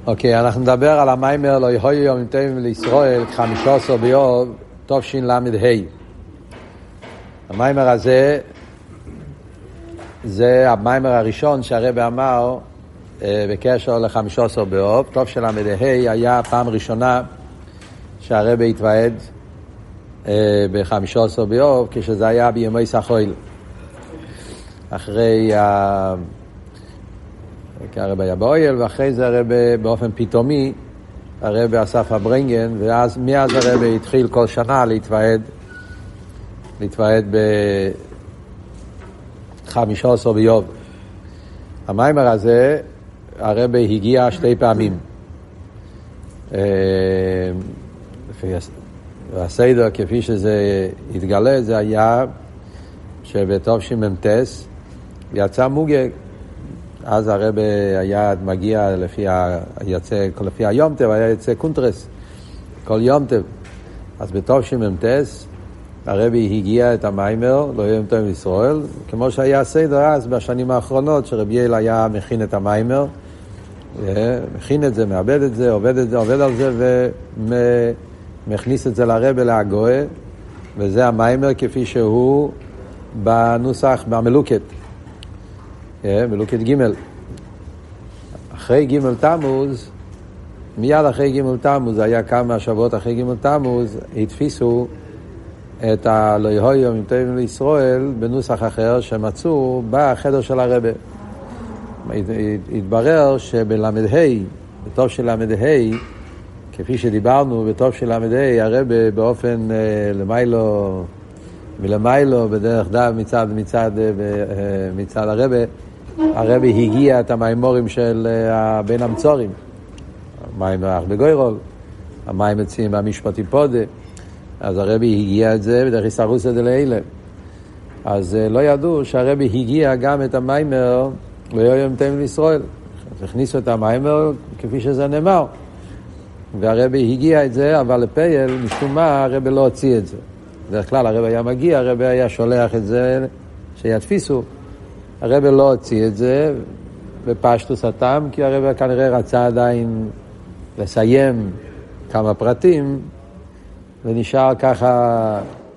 אוקיי, אנחנו נדבר על המיימר לא יהיו יום טובים לישראל 15 באב תשל"ה. המיימר הזה זה המיימר הראשון שהרבי אמר בקשר ל-15 באב. תשל"ה היה פעם ראשונה שהרבי התוועד ב-15 באב, כשזה היה בימי סחויל, אחרי הרבי היה באויל, ואחרי זה הרבי באופן פתאומי הרבי אסף הברנגן, ואז מאז הרבי התחיל כל שנה להתוועד ב-15 באב. המיימר הזה הרבי הגיע 2 פעמים. והסדר כפי שזה התגלה זה היה שבתשמ"ט יצא מוגג. אז הרבי היה מגיע לפי היום טב, היה יוצא קונטרס כל יום טב. אז בתשמ"ט הרבי הגיע את המיימר לא יום טוב לישראל, כמו שהיה סדר אז בשנים האחרונות, שרבי אל היה מכין את המיימר, מכין את זה, מעבד את זה, עובד על זה ומכניס את זה לרבי להגוה, וזה המיימר כפי שהוא בנוסח במלוקת, מלוקת ג'. אחרי ג' תמוז, מיד אחרי ג' תמוז, היה כמה שבועות אחרי ג' תמוז, התפיסו את הלא יהיו יום טובים לישראל בנוסח אחר שמצאו בחדר של הרבי. התברר בתשל"ה, כפי שדיברנו בתשל"ה, הרבי באופן מלמיילו בדרך דב מצד הרבי הגיע את המיימורים של בין המצורים, המים אח בגוירול, המים עצים במשפטי פודה. אז הרבי הגיע את זה בדרך איסרוסא דלעילא. אז לא ידעו שהרבי הגיע גם את המיימר ליהיו יום טובים לישראל. הכניסו את המיימר כפי שזה נאמר, והרבי הגיע את זה, אבל לפייל משום מה הרבי לא הוציא את זה. בדרך כלל הרבי היה מגיע, הרבי היה שולח את זה שיתפיסו. הרבי לא הוציא את זה בפשטוס הטעם, כי הרבי כנראה רצה עדיין לסיים כמה פרטים, ונשאר ככה,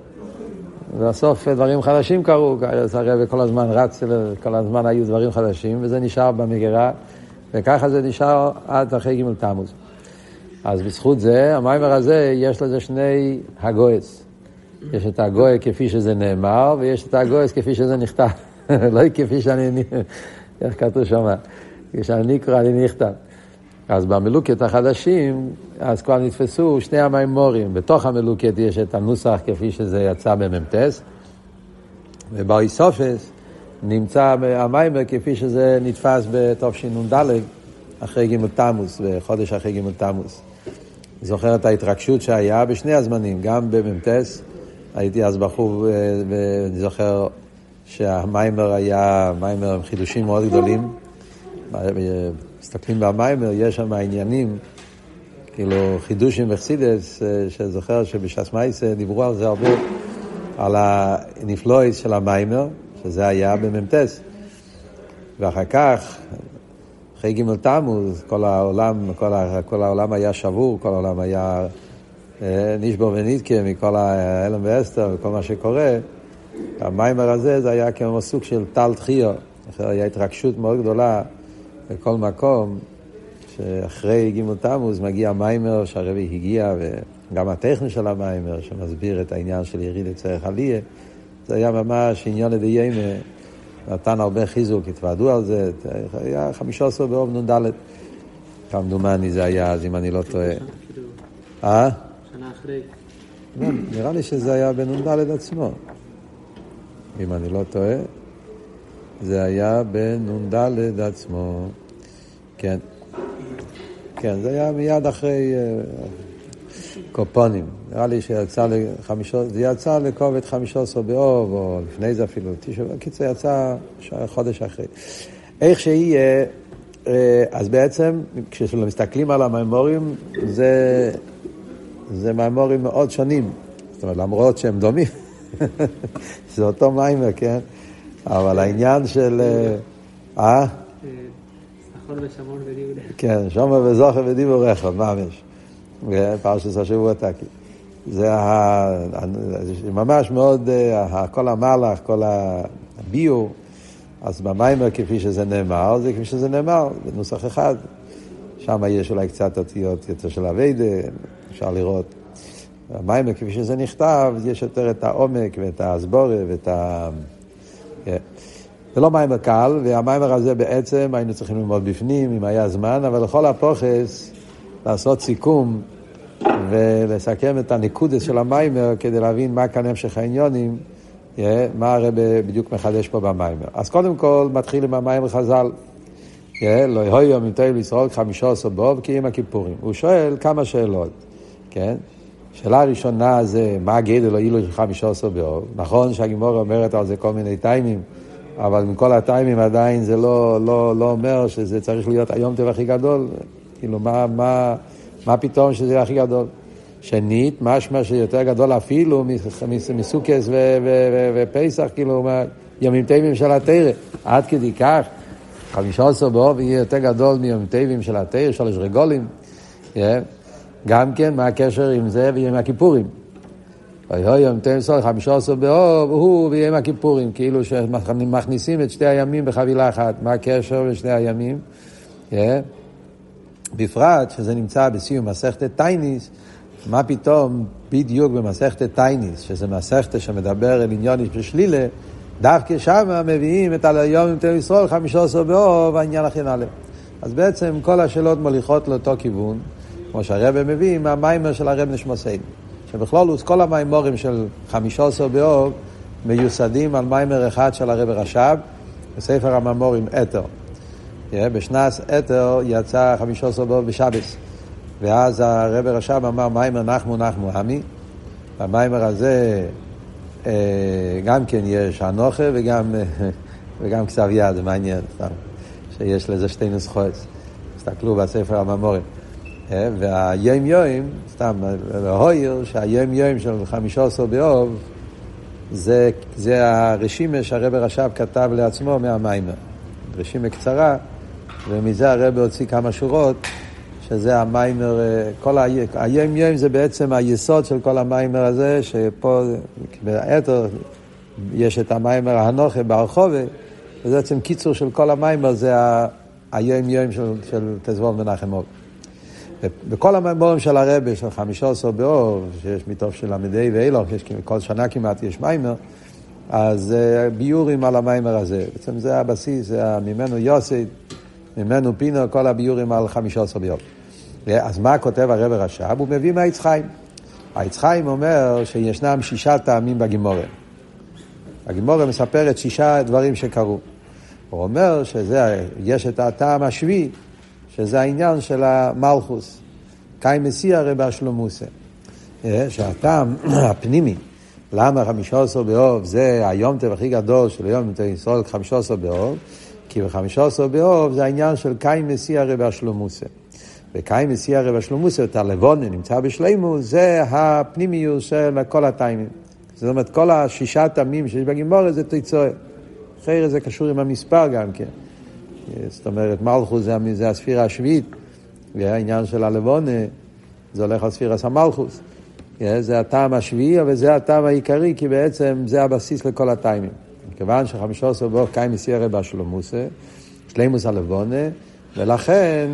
בסוף דברים חדשים קרו. אז הרבי כל הזמן רץ, כל הזמן היו דברים חדשים, וזה נשאר במגירה, וככה זה נשאר עד אחרי ג' תמוז. אז בזכות זה, המיימר הזה, יש לזה 2 הגויס. יש את הגוי כפי שזה נאמר, ויש את הגויס כפי שזה נכתב. לא כפי שאני, איך כתוב שם, כשאני קורא לי נכתב. אז במלוקת החדשים, אז כבר נתפסו 2 המיימורים. בתוך המלוקת יש את הנוסח כפי שזה יצא בממתס, ובאיסופס נמצא המיימר כפי שזה נתפס בתשנ"ד, אחרי ג' תמוז, בחודש אחרי ג' תמוז. זוכר את ההתרגשות שהיה בשני הזמנים, גם בממתס, הייתי אז בחור, ואני זוכר שהמיימר היה מיימר עם חידושים מאוד גדולים. מסתכלים במיימר, יש שם העניינים, כאילו חידושים וחסידס, שזוכר שבש"ס מייסה דיברו על זה הרבה, על הנפלויס של המיימר, שזה היה בממתס. ואחר כך, אחרי ג' תמוז, כל העולם היה שבור, כל העולם היה נשבור ונדקה מכל האלם ואסתר וכל מה שקורה. המיימר הזה זה היה כמו סוג של טל תחייה, היה התרגשות מאוד גדולה בכל מקום, שאחרי ג' תמוז מגיע מיימר שהרבי הגיע, וגם הטכני של המיימר שמסביר את העניין של יריד צריך עלייה, זה היה ממש עניין לדיימה, נתן הרבה חיזוק, התוועדו על זה. היה 15 באב נ"ד, כמדומני זה היה, אז אם אני לא טועה. שנה אחרי. לא, נראה לי שזה היה בנ"ד עצמו, אם אני לא טועה. זה היה בנ"ד עצמו. כן. כן, זה היה מיד אחרי קופונים. נראה לי שיצא זה יצא לקובץ 15 באב, או לפני זה אפילו. קיצר יצא חודש אחרי. איך שיהיה, אז בעצם, כשמסתכלים על המיימורים, זה מיימורים מאוד שונים. זאת אומרת, למרות שהם דומים. זה אותו מיימר, כן? אבל העניין של... כן, שומר וזוכר ודיבור אחד, ממש. פרשת השבוע תקי. זה ממש מאוד, כל המהלך, כל הביור, אז במיימר כפי שזה נאמר, זה כפי שזה נאמר, בנוסח אחד. שם יש אולי קצת אותיות יותר של הווידה, אפשר לראות. במיימר כפי שזה נכתב, יש יותר את העומק ואת ההסבורה ואת ה... זה לא מיימר קל, והמיימר הזה בעצם היינו צריכים ללמוד בפנים, אם היה זמן, אבל לכל הפוכס לעשות סיכום ולסכם את הנקודס של המיימר כדי להבין מה כאן המשך העניונים, מה הרב בדיוק מחדש פה במיימר. אז קודם כל מתחיל עם המיימר חז"ל. לא יהיו ממתאי לישראל 15 באב כי עם הכיפורים. הוא שואל כמה שאלות. כן? שאלה הראשונה זה מה הגדר לא יהיו 15 באב. נכון שהגימורה אומרת על זה כל מיני טיימים, אבל מכל הטיימים עדיין זה לא אומר שזה צריך להיות היום טבע הכי גדול. כאילו מה פתאום שזה יהיה הכי גדול? שנית, משמע שיותר גדול אפילו מסוכס ופסח, כאילו ימים טבעים של התורה. עד כדי כך 15 באב יהיה יותר גדול מימים טבעים של התורה, 3 רגולים. גם כן, מה הקשר עם זה ועם הכיפורים? יום טבעים 15 באב הוא ועם הכיפורים, כאילו שמכניסים את שתי הימים בחבילה אחת. מה הקשר בשני הימים? בפרט שזה נמצא בסיום מסכת תייניס, מה פתאום בדיוק במסכת תייניס, שזה מסכת שמדבר על עניון בשלילה, דווקא שם מביאים את היום עם טבע ישראל 15 באב, העניין הכי נעלה. אז בעצם כל השאלות מוליכות לאותו כיוון, כמו שהרב מביא מהמיימר של הרב נשמוסיין, שבכלול כל המיימורים של 15 באב מיוסדים על מיימר אחד של הרב רש"ב, בספר המיימורים אתר. בשנס אתר יצא 15 באב בשבס, ואז הרב רש"ב אמר מיימר נחמו עמי. במיימר הזה גם כן יש אנוכה וגם כתב יד, זה מעניין סתם, שיש לזה שתי נוסחאות, תסתכלו בספר המיימורים. והיום יום, סתם, והויר שהיום יום של 15 באב זה הרשימה שהרב רש"ב כתב לעצמו מהמיימר, רשימה קצרה, ומזה הרב הוציא כמה שורות, שזה המיימר, כל היום יום זה בעצם היסוד של כל המיימר הזה, שפה באתר יש את המיימר הנוכה ברחובה, וזה בעצם קיצור של כל המיימר, זה היום יום של תזבוב מנחם אוב. בכל המיימורים של הרב של 15 באב, שיש מתוך של עמדי ואילוך, כל שנה כמעט יש מיימר, אז ביורים על המיימר הזה. בעצם זה הבסיס, זה ממנו יוסד, ממנו פינו, כל הביורים על 15 באב. אז מה כותב הרב רש"ב? הוא מביא מהעץ חיים. העץ חיים אומר שישנם 6 טעמים בגימורה. הגימורה מספרת 6 דברים שקרו. הוא אומר שיש את הטעם השביעי, שזה העניין של המלכוס. קאי מסיה רבה שלומוסה. שהטעם הפנימי, למה 15 באב זה היום טבע הכי גדול של היום טבע ישראל 15 באב? כי ב-15 באב זה העניין של קאי מסיה רבה שלומוסה. וקאי מסיה רבה שלומוסה, את הלבונה נמצא בשלימו, זה הפנימיות של כל הטעמים. זאת אומרת, כל 6 טעמים שיש בגימורה זה תיצואה. אחרי זה קשור עם המספר גם כן. זאת אומרת, מלכוס זה הספירה השביעית, והעניין של הלבונה, זה הולך על ספירת המלכוס. זה הטעם השביעי, אבל זה הטעם העיקרי, כי בעצם זה הבסיס לכל הטעמים. כיוון ש15 באב קאי מסיה רבה שלומוסה, שלימוס הלבונה, ולכן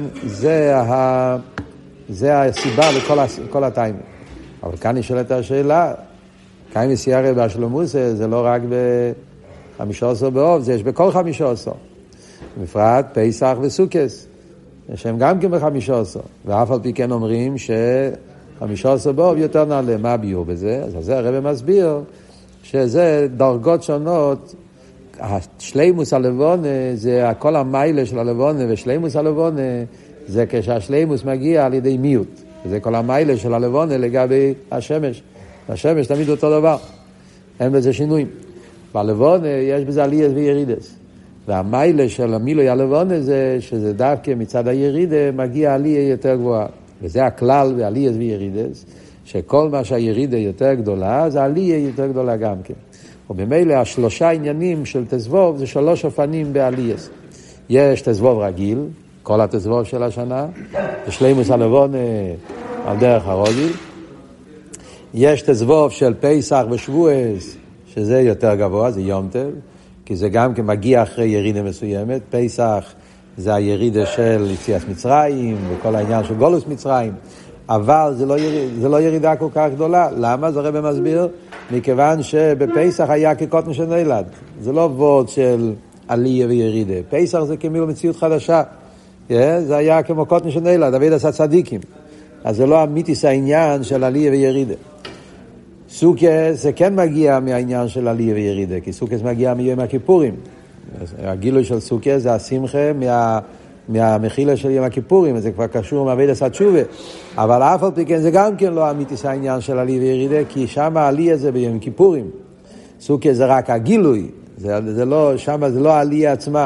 זה הסיבה לכל הטעמים. אבל כאן נשאלת השאלה, קאי מסיה רבה שלומוסה, זה לא רק ב-15 באב, זה יש בכל 15. בפרט פסח וסוכס, שהם גם כן ב-15, ואף על פי כן אומרים ש-15 באב יותר נעלה. מה הביור בזה? אז זה הרב מסביר שזה דרגות שונות. השלימוס הלבונה זה כל המיילה של הלבונה, ושלימוס הלבונה זה כשהשלימוס מגיע על ידי מיעוט, זה כל המיילה של הלבונה לגבי השמש. השמש תמיד אותו דבר, אין בזה שינויים. בלבונה יש בזה עלייס וירידס, והמיילה של המילוי הלבונה זה שזה דווקא מצד הירידה מגיע עלייה יותר גבוהה, וזה הכלל בעלייס וירידס, שכל מה שהירידה יותר גדולה זה עלייה יותר גדולה גם כן. ובמילא 3 עניינים של תזבוב זה 3 אופנים בעלייס. יש תזבוב רגיל, כל התזבוב של השנה, ושלימוס הנבון על דרך הרוגיל. יש תזבוב של פסח ושבועס, שזה יותר גבוה, זה יום טוב, כי זה גם כן מגיע אחרי ירידה מסוימת. פסח זה הירידה של יציאת מצרים, וכל העניין של גולוס מצרים, אבל זה לא ירידה כל כך גדולה. למה? זה הרב מסביר, מכיוון שבפסח היה כקוטן שנולד. זה לא וורד של עלייה וירידה. פסח זה כאילו מציאות חדשה. זה היה כמו קוטן שנולד, דוד עשה צדיקים. אז זה לא אמיתיס העניין של עלייה וירידה. סוכס זה כן מגיע מהעניין של עלייה וירידה, כי סוכס מגיע מיום הכיפורים. הגילוי של סוכס זה השמחה מהמחילה של יום הכיפורים, זה כבר קשור מעבד עשה תשובה. אבל אף על פי כן זה גם כן לא אמיתיס העניין של עלייה וירידה, כי שם העלייה זה ביום כיפורים. סוכס זה רק הגילוי, שם זה לא העלייה עצמה.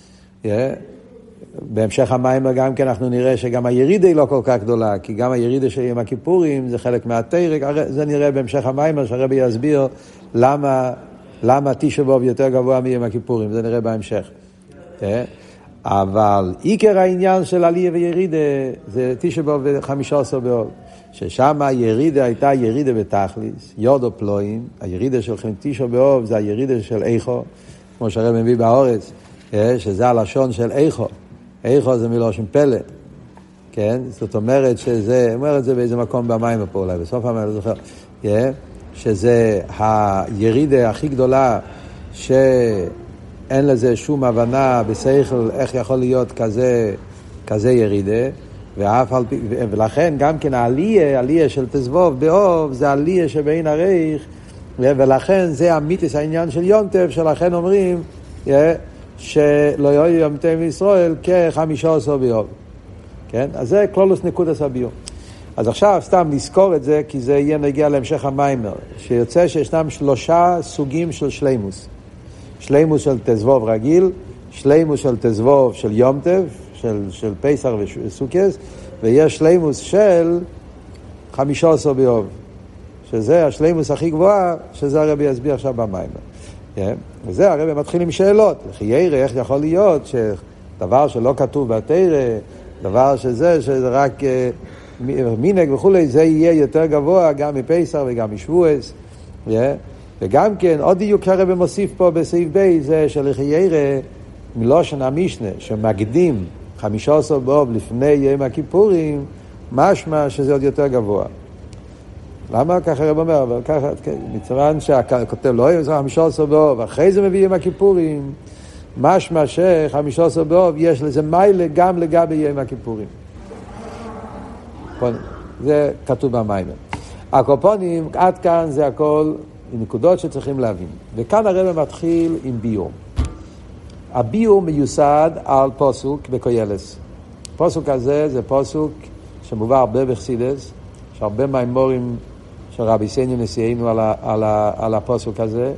בהמשך המים גם כן אנחנו נראה שגם הירידה היא לא כל כך גדולה, כי גם הירידה של יום הכיפורים זה חלק מהתרק. זה נראה בהמשך המים, שהרבי יסביר למה תשעה באב יותר גבוה מיום הכיפורים, זה נראה בהמשך. אבל עיקר העניין של עלייה וירידה זה תשעה באב ו15 באב, ששם הירידה הייתה ירידה בתכליס, יודו פלואים. הירידה של תשעה באב זה הירידה של איכו, כמו שהרבי מביא באורץ, שזה הלשון של איכו. איכו זה מלושן פלא, כן? זאת אומרת שזה, אומר את זה באיזה מקום במים פה אולי, בסוף המים, לא זוכר, שזה הירידה הכי גדולה, שאין לזה שום הבנה בשכל איך יכול להיות כזה ירידה, ולכן גם כן העלייה של תזבוב באוב, זה העלייה שבין הרייך, ולכן זה אמיתיס העניין של יום טוב, שלכן אומרים, שלא יהיו יום טוב מישראל כ15 ביום. כן? אז זה כלולוס נקודס הביום. אז עכשיו סתם נזכור את זה, כי זה יהיה נגיע להמשך המיימר, שיוצא שישנם 3 סוגים של שלימוס. שלימוס של תזבוב רגיל, שלימוס של תזבוב של יום טוב, של פסח וסוכס, ויש שלימוס של 15 ביום, שזה השלימוס הכי גבוהה, שזה הרבי יסביר עכשיו במיימר. וזה הרב מתחיל עם שאלות. חיירה, איך יכול להיות שדבר שלא כתוב בתורה, דבר שזה רק מינג וכולי, זה יהיה יותר גבוה גם מפסח וגם משבועס. וגם כן, עוד דיוק הרב מוסיף פה בסעיף בי, זה שלחיירה מלושן המשנה, שמקדים 15 באב לפני יום הכיפורים, משמע שזה עוד יותר גבוה. למה? ככה הרב אומר, אבל ככה, מצוין שהכותב לא יהיה 15 באב, אחרי זה מביא יום הכיפורים, משמע ש15 באב יש לזה מיילה גם לגבי יום הכיפורים. זה כתוב במיימר. הקופונים, עד כאן זה הכל נקודות שצריכים להבין. וכאן הרב מתחיל עם ביור. הביור מיוסד על פסוק בקוילס. פסוק הזה זה פסוק שמובא הרבה בחסידות, יש הרבה מימורים של רבי סניו נשיאנו על הפסוק הזה,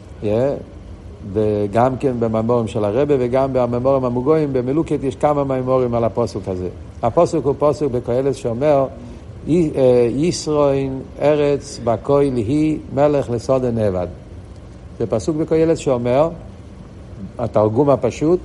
וגם כן במימורים של הרבי וגם במימורים המוגויים במלוקת יש כמה מימורים על הפסוק הזה. הפסוק הוא פסוק בקהלת שאומר ישרוין ארץ בקוי ליהי מלך לסוד נבד. זה פסוק בקהלת שאומר, התרגום הפשוט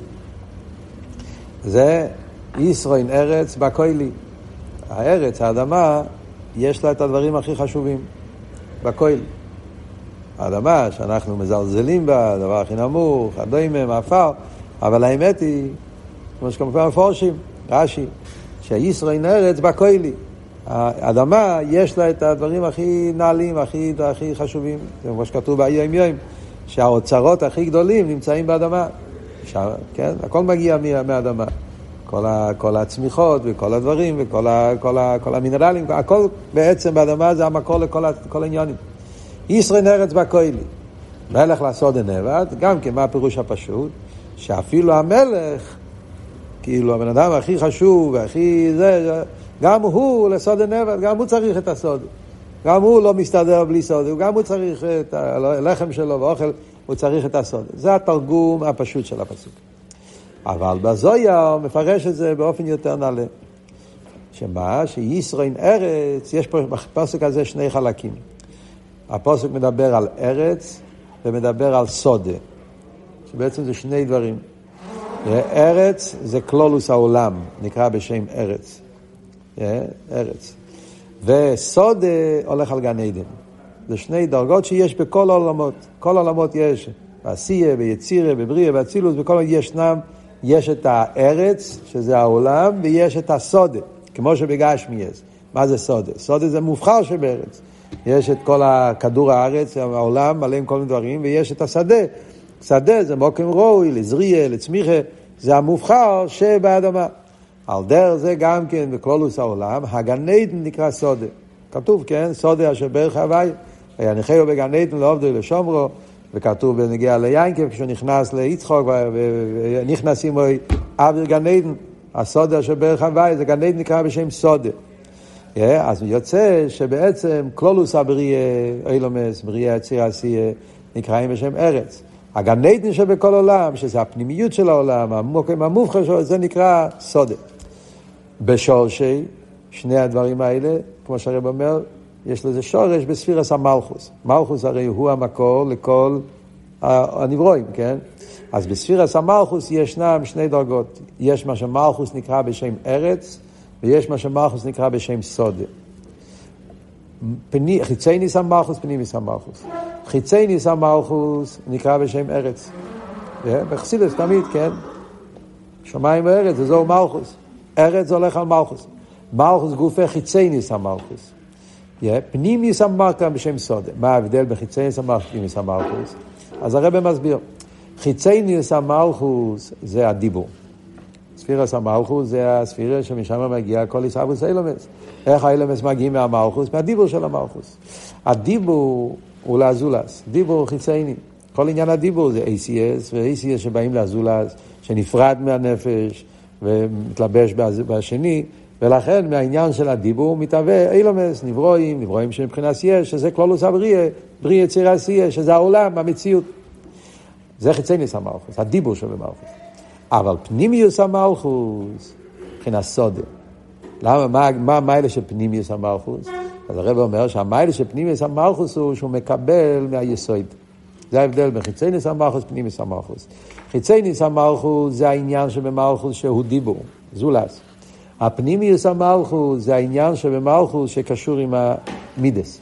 זה ישרוין ארץ בקוי לי. הארץ, האדמה, יש לה את הדברים הכי חשובים בקוי לי. האדמה שאנחנו מזלזלים בה, הדבר הכי נמוך, הדוימם, האפר, אבל האמת היא, כמו שכמובן מפורשים, רש"י, שישרוין ארץ בקוי לי. האדמה יש לה את הדברים הכי נעלים, הכי חשובים. זה כמו שכתוב ביום יום, שהאוצרות הכי גדולים נמצאים באדמה. כן? הכל מגיע מהאדמה. כל הצמיחות וכל הדברים וכל המינרלים, הכל בעצם באדמה זה המקור לכל העניינים. ישרוין ארץ בקוי לי. מלך לסוד נבד, גם כן מה הפירוש הפשוט, שאפילו המלך, כאילו הבן אדם הכי חשוב והכי זה, גם הוא לסוד נבד, גם הוא צריך את הסוד. גם הוא לא מסתדר בלי סוד, גם הוא צריך את הלחם שלו ואוכל, הוא צריך את הסוד. זה התרגום הפשוט של הפסוק. אבל בזויה מפרש את זה באופן יותר נעלה. שמה? שישרוין ארץ, יש פה בפסוק הזה שני חלקים. הפסוק מדבר על ארץ ומדבר על סודה. שבעצם זה שני דברים. ארץ זה כלולוס העולם, נקרא בשם ארץ. ארץ. וסוד הולך על גן עדן. זה שני דרגות שיש בכל העולמות. כל העולמות יש, בעשייה, ביצירה, בבריאה, באצילוס, בכל ישנם, יש את הארץ, שזה העולם, ויש את הסוד, כמו שבגשמי יש. מה זה סוד? סוד זה מובחר שבארץ. יש את כל הכדור הארץ, העולם, מלאים כל מיני דברים, ויש את השדה. שדה זה מוקם רוי, לזריע, לצמיחה, זה המובחר שבאדמה. על דרך זה גם כן בכלולוס העולם, הגן עדן נקרא סודה. כתוב, כן, סודה אשר ברך הווי, ויניחהו בגן עדן לעובדו לשומרו, וכתוב בנגיע ליינקב, כשהוא נכנס ליצחוק, ונכנסים עבר גן עדן, הסודה אשר ברך הווי, זה גן עדן נקרא בשם סודה. אז יוצא שבעצם כלולוס הבריאה, אילומס, בריאה, יצירה, עשייה, נקראים בשם ארץ. הגן עדן שבכל עולם, שזה הפנימיות של העולם, המובחר שלו, זה נקרא סודה. בשורשי, שני הדברים האלה, כמו שהרב אומר, יש לזה שורש בספירס המלכוס. מלכוס הרי הוא המקור לכל הנברואים, כן? אז בספירס המלכוס ישנם שני דרגות. יש מה שמלכוס נקרא בשם ארץ, ויש מה שמלכוס נקרא בשם סודה. חיצי ניס המלכוס, פנים ניס המלכוס. חיצי ניס המלכוס נקרא בשם ארץ. בחסידות תמיד, כן? שמיים וארץ, זהו מלכוס. ארץ הולך על מלכוס. מלכוס גופה חיצי ניס המלכוס. פנים ניס המלכוס בשם סודה. מה ההבדל בחיצי ניס המלכוס ופנים ניס המלכוס? אז הרב מסביר. חיצי ניס המלכוס זה הדיבור. ספירס המלכוס זה הספירה שמשם מגיע כל ישאבוס אילומס. איך האילומס מגיעים מהמלכוס? מהדיבור של המלכוס. הדיבור הוא לאזולס, דיבור חיצייני. כל עניין הדיבור זה ACS, ו-ACS שבאים לאזולס, שנפרד מהנפש ומתלבש בשני, ולכן מהעניין של הדיבור מתהווה אילומס, נברואים שמבחינת יש, שזה כלולוס הבריאה, בריאה יצירה עשייה, שזה העולם, המציאות. זה חיצייניס המלכוס, הדיבור של המלכוס. אבל פנימיוס המלכוס, מבחינת סודה. למה? מה המיילה של פנימיוס המלכוס? אז הרב אומר שהמיילה של פנימיוס המלכוס הוא שהוא מקבל מהיסוד. זה ההבדל בין חיצייניס המלכוס ופנימיוס המלכוס. חיצייניס המלכוס זה העניין שבמלכוס שהוא דיבור, זולס. הפנימיוס המלכוס זה העניין שבמלכוס שקשור עם המידס.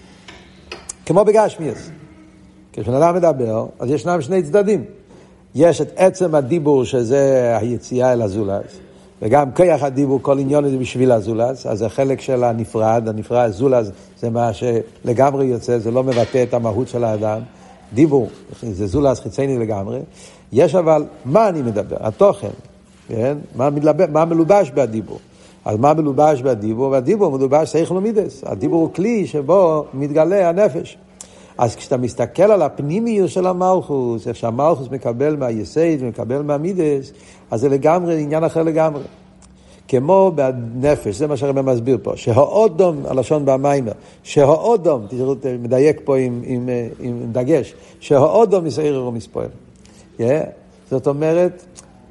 כמו בגשמיאס. כשבן אדם מדבר, אז ישנם שני צדדים. יש את עצם הדיבור שזה היציאה אל הזולס, וגם כיח הדיבור, כל עניון זה בשביל הזולס, אז זה חלק של הנפרד, זולס זה מה שלגמרי יוצא, זה לא מבטא את המהות של האדם, דיבור, זה זולס חיצייני לגמרי. יש אבל, מה אני מדבר? התוכן, כן? מה מלובש בדיבור? אז מה מלובש בדיבור? והדיבור מלובש שכל ומידס, הדיבור הוא כלי שבו מתגלה הנפש. אז כשאתה מסתכל על הפנימיות של המלכוס, איך שהמלכוס מקבל מהיסד ומקבל מהמידס, אז זה לגמרי, עניין אחר לגמרי. כמו בנפש, זה מה שהרב מסביר פה, שהאודום, הלשון במיימר, שהאודום, תראו, מדייק פה עם דגש, שהאודום מסעיר ומספועל. זאת אומרת,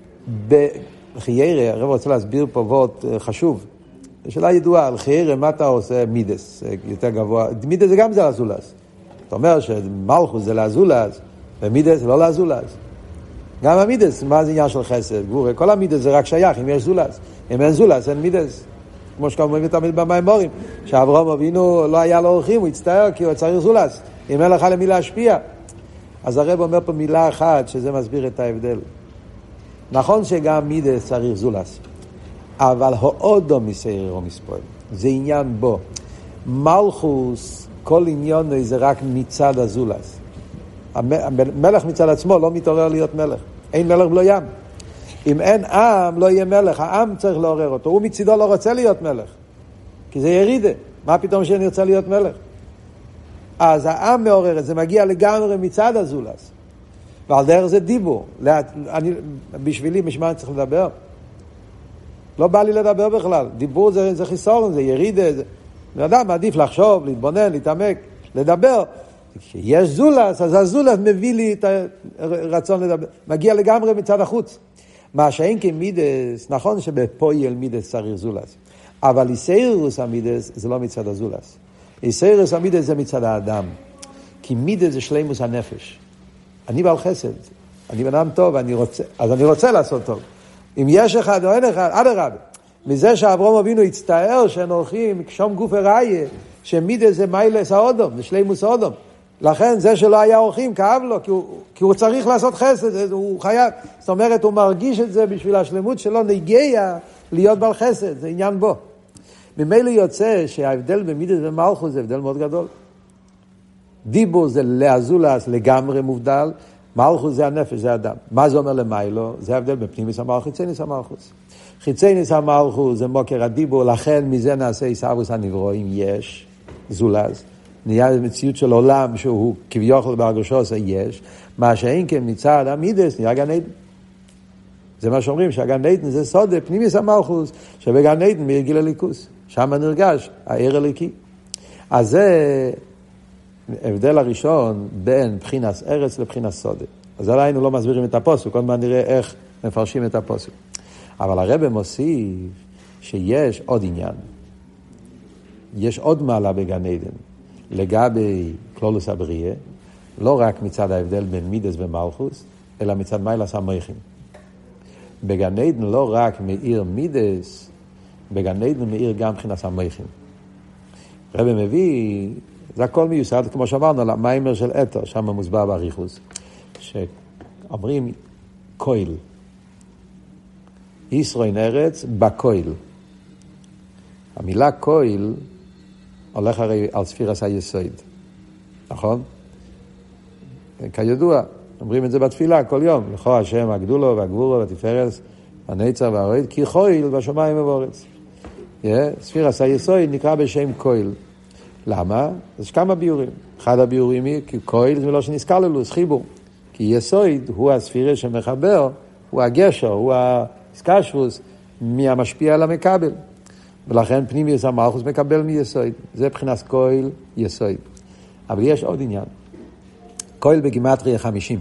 בחיירה, הרב רוצה להסביר פה וort חשוב, שאלה ידועה, על חיירה, מה אתה עושה? מידס, יותר גבוה, מידס זה גם זה לזולס. זאת אומרת שמלכוס זה לאזולס, ומידס זה לא לאזולס. גם המידס, מה זה עניין של חסד? גבורה, כל המידס זה רק שייך, אם יש זולס. אם אין זולס, אין מידס. כמו שכמובן תמיד במיימורים, שאברהם אבינו לא היה לו אורחים, הוא הצטער כי הוא צריך זולס. אם אין לך למי להשפיע. אז הרב אומר פה מילה אחת, שזה מסביר את ההבדל. נכון שגם מידס צריך זולס, אבל האודום מסעיר ומספועל. זה עניין בו. מלכוס, כל עניון זה רק מצד הזולס. המלך מצד עצמו לא מתעורר להיות מלך. אין מלך בלא ים. אם אין עם, לא יהיה מלך. העם צריך לעורר אותו. הוא מצידו לא רוצה להיות מלך. כי זה ירידה. מה פתאום שאני רוצה להיות מלך? אז העם מעורר את זה. מגיע לגמרי מצד הזולס. ועל דרך זה דיבור. בשבילי, משמע אני צריך לדבר. לא בא לי לדבר בכלל. דיבור זה חיסורן, זה ירידה. אדם מעדיף לחשוב, להתבונן, להתעמק, לדבר. כשיש זולס, אז הזולס מביא לי את הרצון לדבר. מגיע לגמרי מצד החוץ. מה שאין כמידס, נכון שבפועל מידס צריך זולס. אבל איסיירוס המידס זה לא מצד הזולס. איסיירוס המידס זה מצד האדם. כי מידס זה שלימוס הנפש. אני בעל חסד. אני בן אדם טוב, אז אני רוצה לעשות טוב. אם יש אחד או אין אחד, אדרבה. מזה שאברהם אבינו הצטער שאין הולכים שום גוף הראיה, שמידה זה מיילס האודום, זה שלימוס האודום. לכן זה שלא היה הולכים כאב לו, כי הוא צריך לעשות חסד, הוא חייב. זאת אומרת, הוא מרגיש את זה בשביל השלמות שלו, נגיע להיות בעל חסד, זה עניין בו. ממילא יוצא שההבדל במידס ומלכות זה הבדל מאוד גדול. דיבור זה לאזולס לגמרי מובדל, מלכות זה הנפש, זה אדם. מה זה אומר למיילו? זה ההבדל בפנימיס המלכות, חיצייניס המלכות. חיצייניס המלכות זה מוקר הדיבור, לכן מזה נעשה עיסאוויס הנברואים, יש זולז. נהיה מציאות של עולם שהוא כביכול בהרגשו זה יש, מה שאין כן מצד המידס נהיה גן עדן. זה מה שאומרים, שהגן עדן זה סוד פנימיס המלכות, שבגן עדן מגיל הליכוס. שם נרגש העיר הליקי. אז זה הבדל הראשון בין בחינס ארץ לבחינס סודה. אז עלינו לא מסבירים את הפסוק, עוד מעט נראה איך מפרשים את הפסוק. אבל הרב מוסיף שיש עוד עניין. יש עוד מעלה בגן עדן. לגבי כלולוס הבריאה, לא רק מצד ההבדל בין מידס ומלכוס, אלא מצד מיילס המייכים. בגן עדן לא רק מאיר מידס, בגן עדן מאיר גם בחינס המייכים. הרב מביא, זה הכל מיוסד, כמו שאמרנו, למיימר של אתר, שם מוסבר באריכוס, שאומרים קויל. ישרוין ארץ בקויל. המילה קויל הולך הרי על ספירס היסוד. נכון? כידוע, אומרים את זה בתפילה כל יום. לכו השם הגדולו והגבורו והתפארס, הנצר והרועד, כי קויל בשמיים ובארץ. ספירס היסוד נקרא בשם קויל. למה? יש כמה ביורים. אחד הביורים היא, כי קויל זה לא שנזכר לנו, זה חיבור. כי יסוד הוא הספירה שמחבר, הוא הגשר, הוא הסקשרוס, מהמשפיע על המקבל. ולכן פנימיוס המלכות מקבל מיסוד. זה מבחינת קויל יסוד. אבל יש עוד עניין. קויל בגימטריה 50.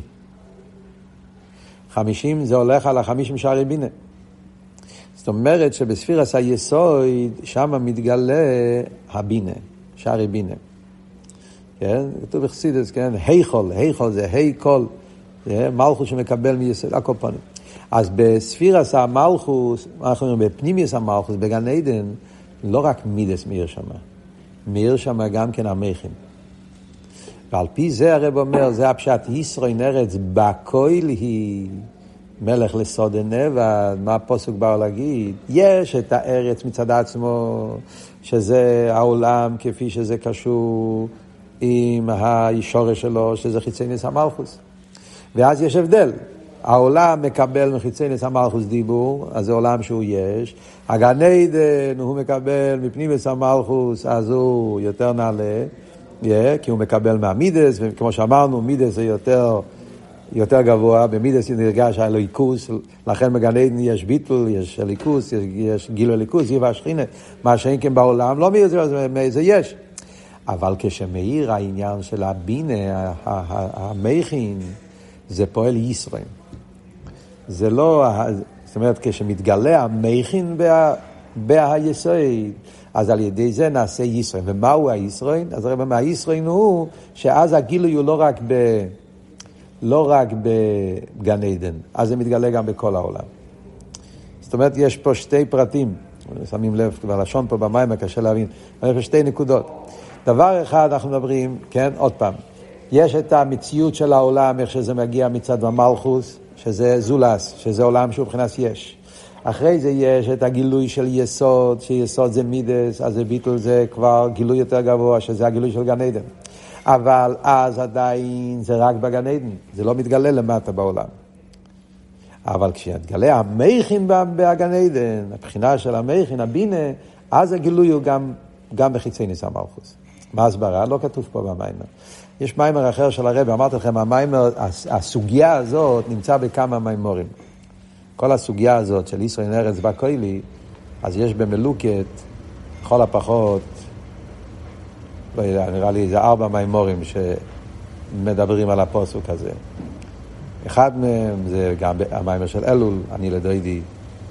50 זה הולך על 50 שערי בינה. זאת אומרת שבספירס היסוד שם מתגלה הבינה, שערי בינה. כן? כתוב בחסידות, כן? היכול זה היכול. זה מלכות שמקבל מיסוד, הכל פנים. אז בספירס המלכות, אנחנו אומרים בפנימיוס המלכות, בגן עדן, לא רק מידס מאיר שמה. מאיר שמה גם כן המייכים. ועל פי זה הרב אומר, זה הפשט ישרוין ארץ בקויל היא מלך לסוד נבד. מה הפסוק בא להגיד? יש את הארץ מצד עצמו, שזה העולם כפי שזה קשור עם הישורש שלו, שזה חיצייניס המלכות. ואז יש הבדל. העולם מקבל מחיצייניס המלכות דיבור, אז זה עולם שהוא יש. הגן עדן הוא מקבל מפנימיוס המלכות, אז הוא יותר נעלה, כי הוא מקבל מהמידס, וכמו שאמרנו, מידס זה יותר גבוה, במידס נרגש הליקוס, לכן בגן עדן יש ביטול, יש הליקוס, יש גילו הליקוס, זיו השכינה, מה שאין כן בעולם, לא זה יש. אבל כשמאיר העניין של הבינה, המייכין, זה פועל ישרוין. זה לא, זאת אומרת, כשמתגלה המייכין בהיסוד, אז על ידי זה נעשה ישרוין. ומהו הישרוין? אז הרי מהישרוין הוא שאז הגילוי הוא לא רק בגן עדן, אז זה מתגלה גם בכל העולם. זאת אומרת, יש פה שתי פרטים, שמים לב, והלשון פה במים קשה להבין, אבל יש פה שתי נקודות. דבר אחד אנחנו מדברים, כן, עוד פעם, יש את המציאות של העולם, איך שזה מגיע מצד המלכות, שזה זולס, שזה עולם שהוא מבחינת יש. אחרי זה יש את הגילוי של יסוד, שיסוד זה מידס, אז זה ביטול זה כבר גילוי יותר גבוה, שזה הגילוי של גן עדן. אבל אז עדיין זה רק בגן עדן, זה לא מתגלה למטה בעולם. אבל כשיתגלה המייכין בגן עדן, הבחינה של המייכין, הבינה, אז הגילוי הוא גם בחיצייניס המלכות. מה הסברה? לא כתוב פה במיימר. יש מיימר אחר של הרב, אמרתי לכם, המיימר, הסוגיה הזאת נמצא בכמה מיימורים. כל הסוגיה הזאת של ישרוין ארץ בקוילי, אז יש במלוקת, לכל הפחות, לא יודע, נראה לי זה 4 מיימורים שמדברים על הפסוק הזה. אחד מהם זה גם המיימר של אלול, אני לדוידי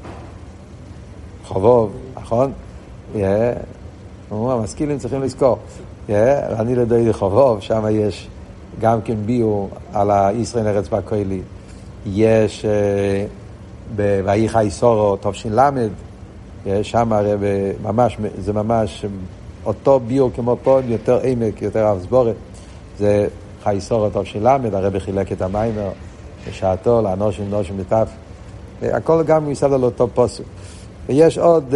חובוב, נכון? המשכילים צריכים לזכור. אני לדוידי חובוב, שם יש גם כן ביור על ישרוין ארץ בקוילי. יש ב"ויהי חייסורו" תש"ל, שם הרי ממש, זה ממש אותו ביור כמו פה, יותר עמק, יותר אבסבורת. זה חייסורו תש"ל, הרבי חילק את המיימר בשעתו לאנושים נושים לטף. הכל גם מסתכל על אותו פוסק. ויש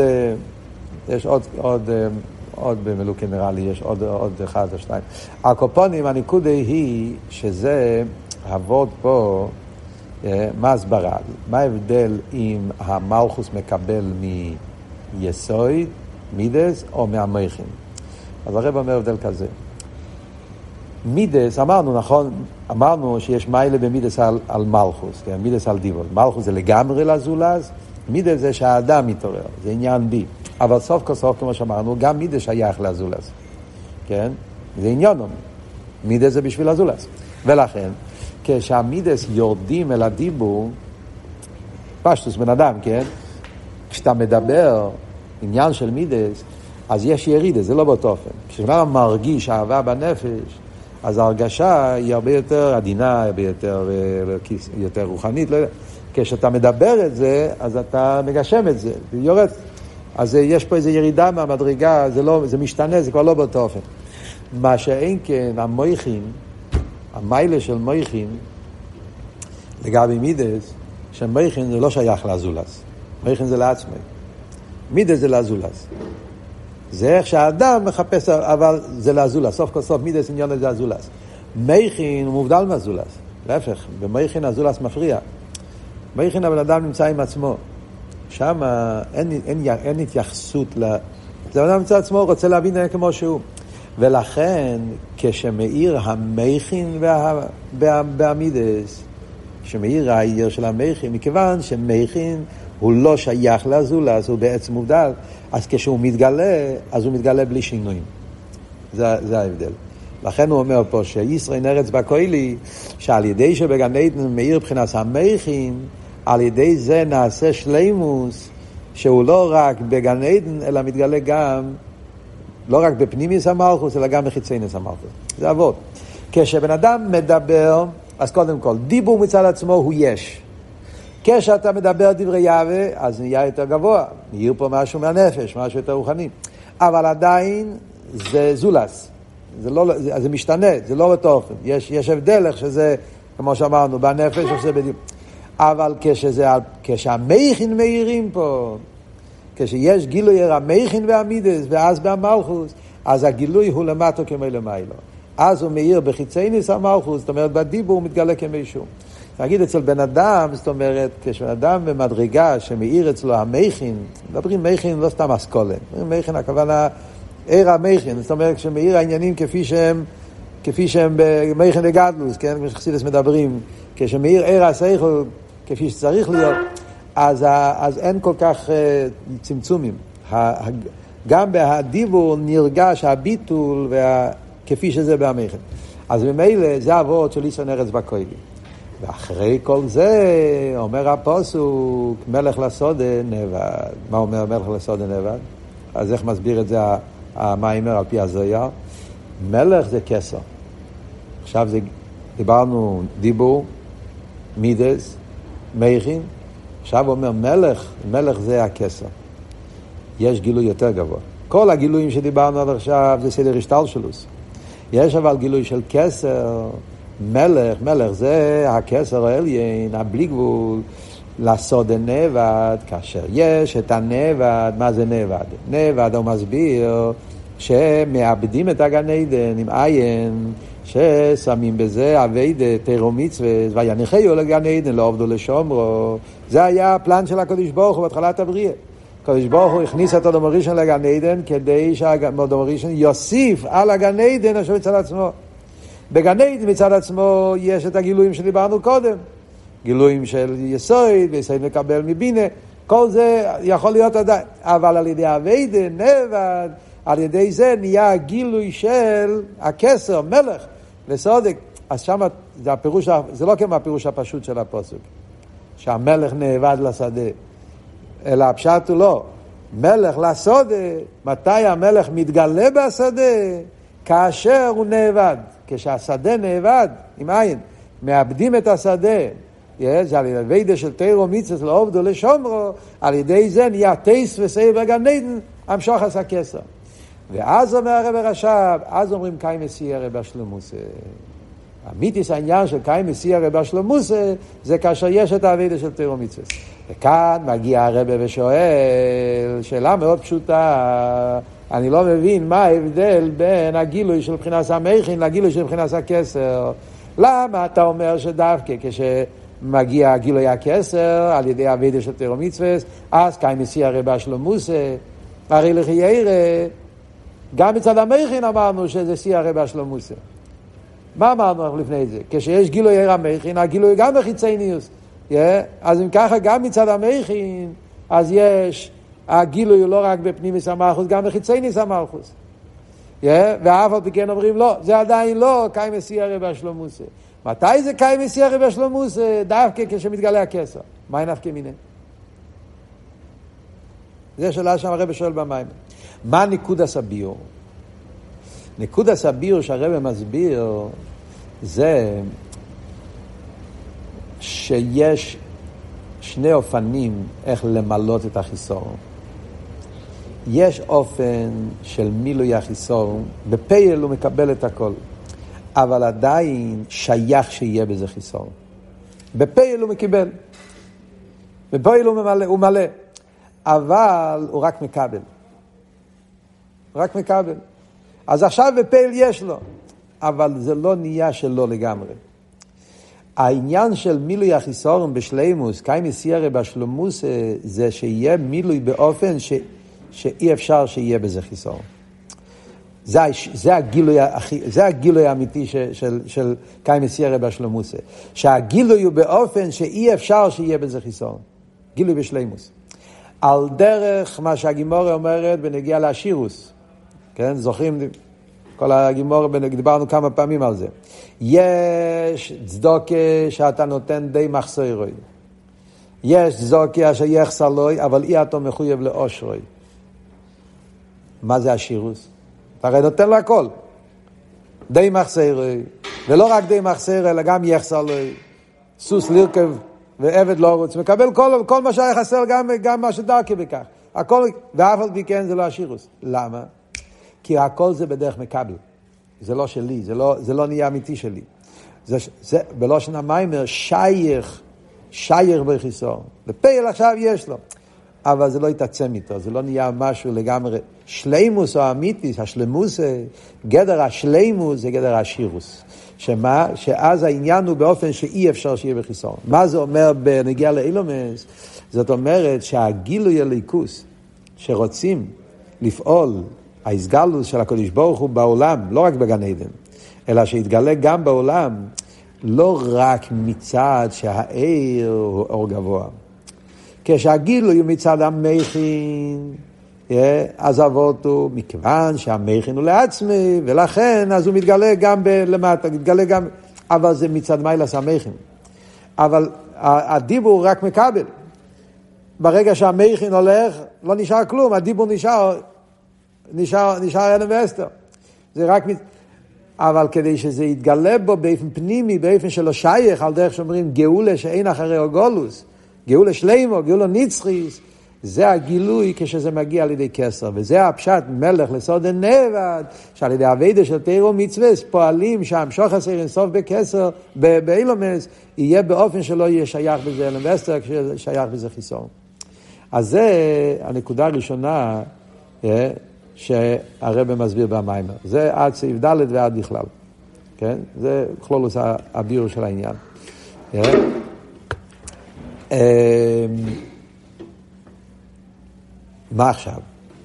עוד במלוקים נראה לי, יש עוד אחד או שניים. הקופונים, הנקודה היא שזה עבוד פה, מה הסברה? מה ההבדל אם המלכוס מקבל מיסוד, מידס, או מהמייכין? אז הרב אומר הבדל כזה. מידס, אמרנו, נכון? אמרנו שיש מיילה במידס על מלכוס, כן? מידס על דיבול. מלכוס זה לגמרי לזולז, מידס זה שהאדם מתעורר, זה עניין בי. אבל סוף כל סוף, כמו שאמרנו, גם מידס שייך לזולז, כן? זה עניינום. מידס זה בשביל לזולז. ולכן, כשהמידס יורדים אל הדיבור, פשטוס בן אדם, כן? כשאתה מדבר עניין של מידס, אז יש ירידה, זה לא באותו אופן. כשאדם מרגיש אהבה בנפש, אז ההרגשה היא הרבה יותר עדינה, הרבה יותר רוחנית. לא יודע. כשאתה מדבר את זה, אז אתה מגשם את זה, זה יורד. אז יש פה איזו ירידה מהמדרגה, זה משתנה, זה כבר לא באותו אופן. מה שאין כן, המויכין, המיילה של מויכין, לגבי מידס, שמויכין זה לא שייך לזולס. מויכין זה לעצמי. מידס זה לזולס. זה איך שהאדם מחפש, אבל זה לזולס. סוף כל סוף מידס עניין זה לזולס. מויכין הוא מובדל מהזולס. להפך, במויכין הזולס מפריע. מויכין הבן אדם נמצא עם עצמו. שם אין התייחסות זה אדם נמצא עצמו, רוצה להבין כמו שהוא. ולכן, כשמאיר המייכין והמידס, כשמאיר העיר של המייכין, מכיוון שמייכין הוא לא שייך לזולס, הוא בעצם מובדל, אז כשהוא מתגלה, אז הוא מתגלה בלי שינויים. זה ההבדל. לכן הוא אומר פה שישראל נרץ בקוילי, שעל ידי שבגן עדן מאיר מבחינת המייכין, על ידי זה נעשה שלימוס, שהוא לא רק בגן עדן, אלא מתגלה גם, לא רק בפנימיוס המלכוס, אלא גם בחיצייניוס המלכוס. זה עבוד. כשבן אדם מדבר, אז קודם כל, דיבור מצד עצמו הוא יש. כשאתה מדבר דברי יהווה, אז נהיה יותר גבוה. נהיה פה משהו מהנפש, משהו יותר רוחני. אבל עדיין זה זולס. זה משתנה, זה לא אותו אופן. יש הבדל איך שזה, כמו שאמרנו, בנפש, או שזה בדיוק. אבל כשהמייכין מאירים פה, כשיש גילוי המייכין והמידס, ואז במלכוס, אז הגילוי הוא למטו כמו למיילו. אז הוא מאיר בחיצייניוס המלכוס, זאת אומרת, בדיבור הוא מתגלה כמישהו. נגיד אצל בן אדם, זאת אומרת, כשבן אדם במדרגה שמאיר אצלו המייכין, מדברים מייכין לא סתם אסכולה, מייכין הכוונה עיר המייכין, זאת אומרת, כשמאיר העניינים כפי שהם במייכין לגדלוס, כן, כמו שחסידס מדברים, כשמאיר עיר השכל כפי שצריך להיות, אז אין כל כך צמצומים. גם בהדיבור נרגש הביטול כפי שזה במייכין. אז ממילא זה אבות של ישראל נרץ בקוילי. ואחרי כל זה אומר הפסוק מלך לסודה נבד. מה אומר מלך לסודה נבד? אז איך מסביר את זה המיימר על פי הזויר? מלך זה כסר. עכשיו דיברנו דיבור, מידס, מייכין. עכשיו הוא אומר מלך זה הכסר. יש גילוי יותר גבוה. כל הגילויים שדיברנו עד עכשיו זה סדר השתלשלוס. יש אבל גילוי של כסר, מלך זה הכסר העליין, הבלי גבול, לסוד הנבד, כאשר יש את הנבד. מה זה נבד? נבד הוא מסביר שמאבדים את הגן עדן עם עין, ששמים בזה עבד תירו מצווה, ויניחהו לגן עדן, לא עבדו לשומרו. זה היה הפלן של הקדוש ברוך הוא בהתחלת הבריאה. הקדוש ברוך הוא הכניס את אדם הראשון לגן עדן, כדי שהאדם הראשון יוסיף על הגן עדן אשר מצד עצמו. בגן עדן מצד עצמו יש את הגילויים שדיברנו קודם. גילויים של יסוד, ויסוד מקבל מבינה. כל זה יכול להיות עדיין. אבל על ידי עבד, נבד, על ידי זה נהיה גילוי של הכסר, מלך, לסודק. אז שם זה הפירוש, זה לא כמו הפירוש הפשוט של הפסוק. שהמלך נאבד לשדה. אלא הפשט הוא לא. מלך לשדה, מתי המלך מתגלה בשדה? כאשר הוא נאבד. כשהשדה נאבד, עם עין, מאבדים את השדה. זה על ידי של תירו מצווה לעובדו לשומרו, על ידי זה נהיה טייס וסייב בגן עדן, המשוך עשה כסר. ואז אומר הרב רש"ב, אז אומרים קיים מסיירא בשלמוסה. אמיתיס העניין של קיים מסיירא בשלמוסה, זה כאשר יש את העבודה של תירו מצווה. וכאן מגיע הרב ושואל, שאלה מאוד פשוטה, אני לא מבין מה ההבדל בין הגילוי של מבחינת המכין לגילוי של מבחינת הכסר. למה אתה אומר שדווקא כשמגיע הגילוי הכסר על ידי העבודה של תירו מצווה, אז קיים מסיירא בשלמוסה? הרי לחיירא גם מצד המכין אמרנו שזה סיירא בשלמוסה. מה אמרנו לפני זה? כשיש גילוי עיר המכין, הגילוי גם בחיצייניוס. אז אם ככה גם מצד המכין, אז יש, הגילוי לא רק בפנימיס המלכות, גם בחיצייניס המלכות. ואף על פי כן אומרים לא, זה עדיין לא קיים סיירא בשלמוסה. מתי זה קיים סיירא בשלמוסה? דווקא כשמתגלה הכסר. מה נפקא מינה? זה שאלה שהרב שואל במים. מה נקודס הביור? נקודס הביור שהרב מסביר זה שיש שני אופנים איך למלות את החיסור. יש אופן של מילוי החיסור, בפייל הוא מקבל את הכל, אבל עדיין שייך שיהיה בזה חיסור. בפייל הוא מקבל, בפייל הוא מלא, אבל הוא רק מקבל. רק מקבל. אז עכשיו בפייל יש לו, אבל זה לא נהיה שלו לגמרי. העניין של מילוי החיסורם בשלימוס, קיים סיירא בשלמוס, זה שיהיה מילוי באופן שאי אפשר שיהיה בזה חיסורם. זה הגילוי האמיתי של קיים סיירא בשלמוס. שהגילוי הוא באופן שאי אפשר שיהיה בזה חיסורם. גילוי בשלימוס. על דרך מה שהגימורה אומרת בנגיע לאשירוס. כן, זוכרים? כל הגימורה, דיברנו כמה פעמים על זה. יש צדוקה שאתה נותן די מחסורוי. יש צדוקה שיחסר לוי, אבל אי אתה מחויב לאושרוי. מה זה השירוס? אתה הרי נותן לו הכל. די מחסורוי. ולא רק די מחסורוי, אלא גם יחסר לוי. סוס לרכב ועבד לא רוץ. מקבל כל מה שהיה חסר, גם מה שדרכי בכך. הכל, ואף על פי כן זה לא השירוס. למה? כי הכל זה בדרך מקבל. זה לא שלי, זה לא נהיה אמיתי שלי. זה בלושן המיימר שייך בחיסור. לפייל עכשיו יש לו. אבל זה לא יתעצם איתו, זה לא נהיה משהו לגמרי. שלימוס או אמיתיס, השלמוס, גדר השלימוס זה גדר השירוס. שמה? שאז העניין הוא באופן שאי אפשר שיהיה בחיסור. מה זה אומר בנגיע לאילומס? זאת אומרת שהגילוי הליכוס שרוצים לפעול ההסגלוס של הקדוש ברוך הוא בעולם, לא רק בגן עדן, אלא שיתגלה גם בעולם, לא רק מצד שהעיר הוא אור גבוה. כשהגילוי הוא מצד המכין, אז אבות הוא מכיוון שהמכין הוא לעצמי, ולכן אז הוא מתגלה גם למטה, מתגלה גם, אבל זה מצד מיילס המכין. אבל הדיבור רק מקבל. ברגע שהמכין הולך, לא נשאר כלום, הדיבור נשאר אלם ואסתר. זה רק אבל כדי שזה יתגלה בו באופן פנימי, באופן שלו שייך, על דרך שאומרים גאולה שאין אחרי אוגולוס, גאולה שלימו, גאולה ניצחיס, זה הגילוי כשזה מגיע על ידי כסר, וזה הפשט מלך לסוד הנבד, שעל ידי העבודה של תירו מצווה פועלים שהמשוך עשר אינסוף בכסר, באילומס, יהיה באופן שלא יהיה שייך בזה אלם ואסתר, כששייך בזה חיסור. אז זה הנקודה הראשונה, שהרבא מסביר במיימר. זה עד סעיף ד' ועד בכלל. כן? זה כלולוס הביור של העניין. מה עכשיו?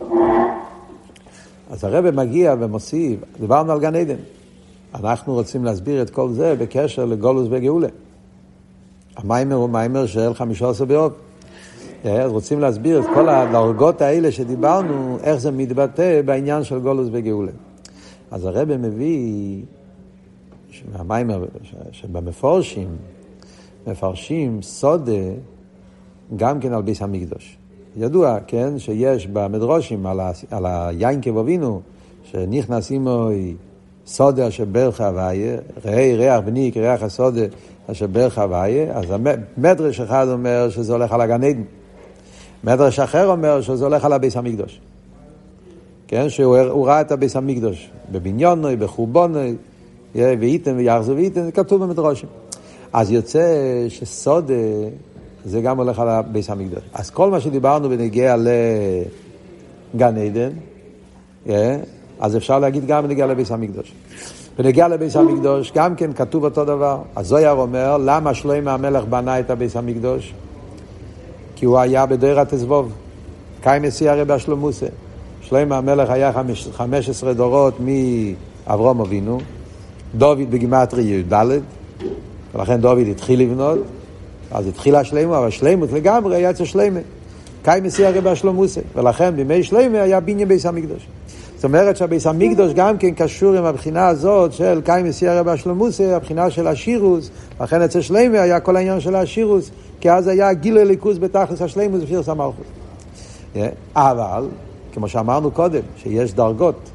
אז הרבא מגיע ומוסיף, דיברנו על גן עדן. אנחנו רוצים להסביר את כל זה בקשר לגולוס וגאולה. המיימר הוא מיימר של 15 באב. אז רוצים להסביר את כל הדרגות האלה שדיברנו, איך זה מתבטא בעניין של גולוס וגאולה. אז הרב מביא מהמיימר שבמפורשים מפרשים סודה גם כן על ביס המקדוש. ידוע, כן, שיש במדרושים על היין כבובינו שנכנס עמו סודה שברך הוויה, ראי ריח בני כריח הסודה, אשר ברך הוויה, אז מדרש אחד אומר שזה הולך על הגן עדן. מדרש אחר אומר שזה הולך על הביס המקדוש. כן, שהוא ראה את הביס המקדוש בבניונוי, בחורבונוי, ואיתן ויחזו ואיתן, כתוב במדרשים. אז יוצא שסוד זה גם הולך על הביס המקדוש. אז כל מה שדיברנו בנגיע לגן עדן, אז אפשר להגיד גם בנגיע לביס המקדוש. בנגיע לביס המקדוש גם כן כתוב אותו דבר. הזויר אומר, למה שלמה המלך בנה את הביס המקדוש? כי הוא היה בדור התזבוב. קיים מסיע רבי השלומוסה. שלמה המלך היה 15 דורות מאברהם אבינו. דוד בגימטרי י"ד, ולכן דוד התחיל לבנות. אז התחילה שלמה, אבל שלמות לגמרי היה אצל שלמה. קיים מסיע רבי השלומוסה. ולכן בימי שלמה היה בניין ביס המקדוש. זאת אומרת שהביס המקדוש גם כן קשור עם הבחינה הזאת של קיים מסיע רבי השלומוסה, הבחינה של השירוס. לכן אצל שלמה היה כל העניין של השירוס, כי אז היה גילוי ליכוז בתכלס השלמות ושירוס המלכות. אבל, כמו שאמרנו קודם, שיש דרגות,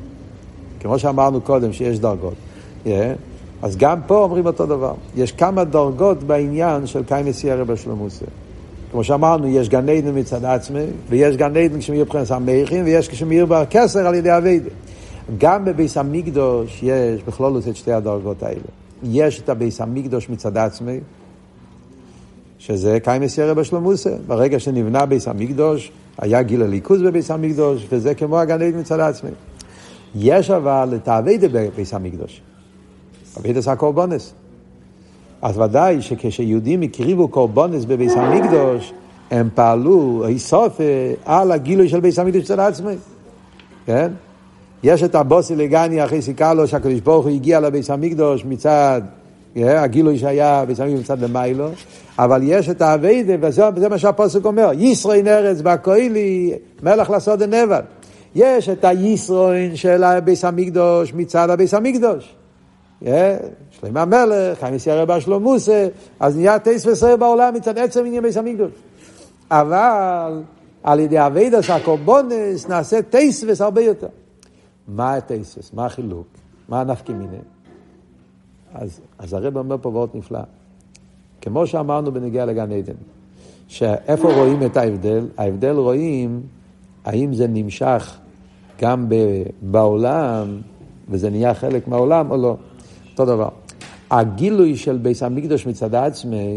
אז גם פה אומרים אותו דבר. יש כמה דרגות בעניין של קיים מסיע רבי השלומוסה. כמו שאמרנו, יש גן עדן מצד עצמי, ויש גן עדן כשמאיר בחינת המלכים, ויש כשמאיר בכסר על ידי הווידה. גם בביס המקדוש יש בכללות את שתי הדרגות האלה. יש את הביס המקדוש מצד עצמי, שזה קיים מסיע רבי השלומוסה. ברגע שנבנה ביס המקדוש, היה גיל הליכוז בביס המקדוש, וזה כמו הגן עדן מצד עצמי. יש אבל את הווידה בביס המקדוש. הווידה זה הקורבנס. אז ודאי שכשיהודים הקריבו קורבנס בביס המקדוש, הם פעלו איסוף על הגילוי של ביס המקדוש מצד עצמי. כן? יש את הבוסי לגני אחרי סיכלו שהקדוש ברוך הוא הגיע לביס המקדוש מצד הגילוי שהיה ביס המקדוש מצד למיילו, אבל יש את העבודה, וזה מה שהפסוק אומר, ישרוי נרץ והכוילי מלך לעשות הנבד. יש את הישרוי של ביס המקדוש מצד הביס המקדוש. שלמה המלך, קיים מסיע רבי השלומוסה, אז נהיה טייס וסר בעולם מצד עצם עניין ביס המקדוש. אבל על ידי עבודת הקורבנס נעשה טייס וסר הרבה יותר. מה הטייס? מה החילוק? מה הנפקא מינה? אז הרב אומר פה ואות נפלא. כמו שאמרנו בנגיע לגן עדן, שאיפה רואים את ההבדל? ההבדל רואים האם זה נמשך גם בעולם, וזה נהיה חלק מהעולם או לא. אותו דבר. הגילוי של ביס המקדוש מצד עצמי,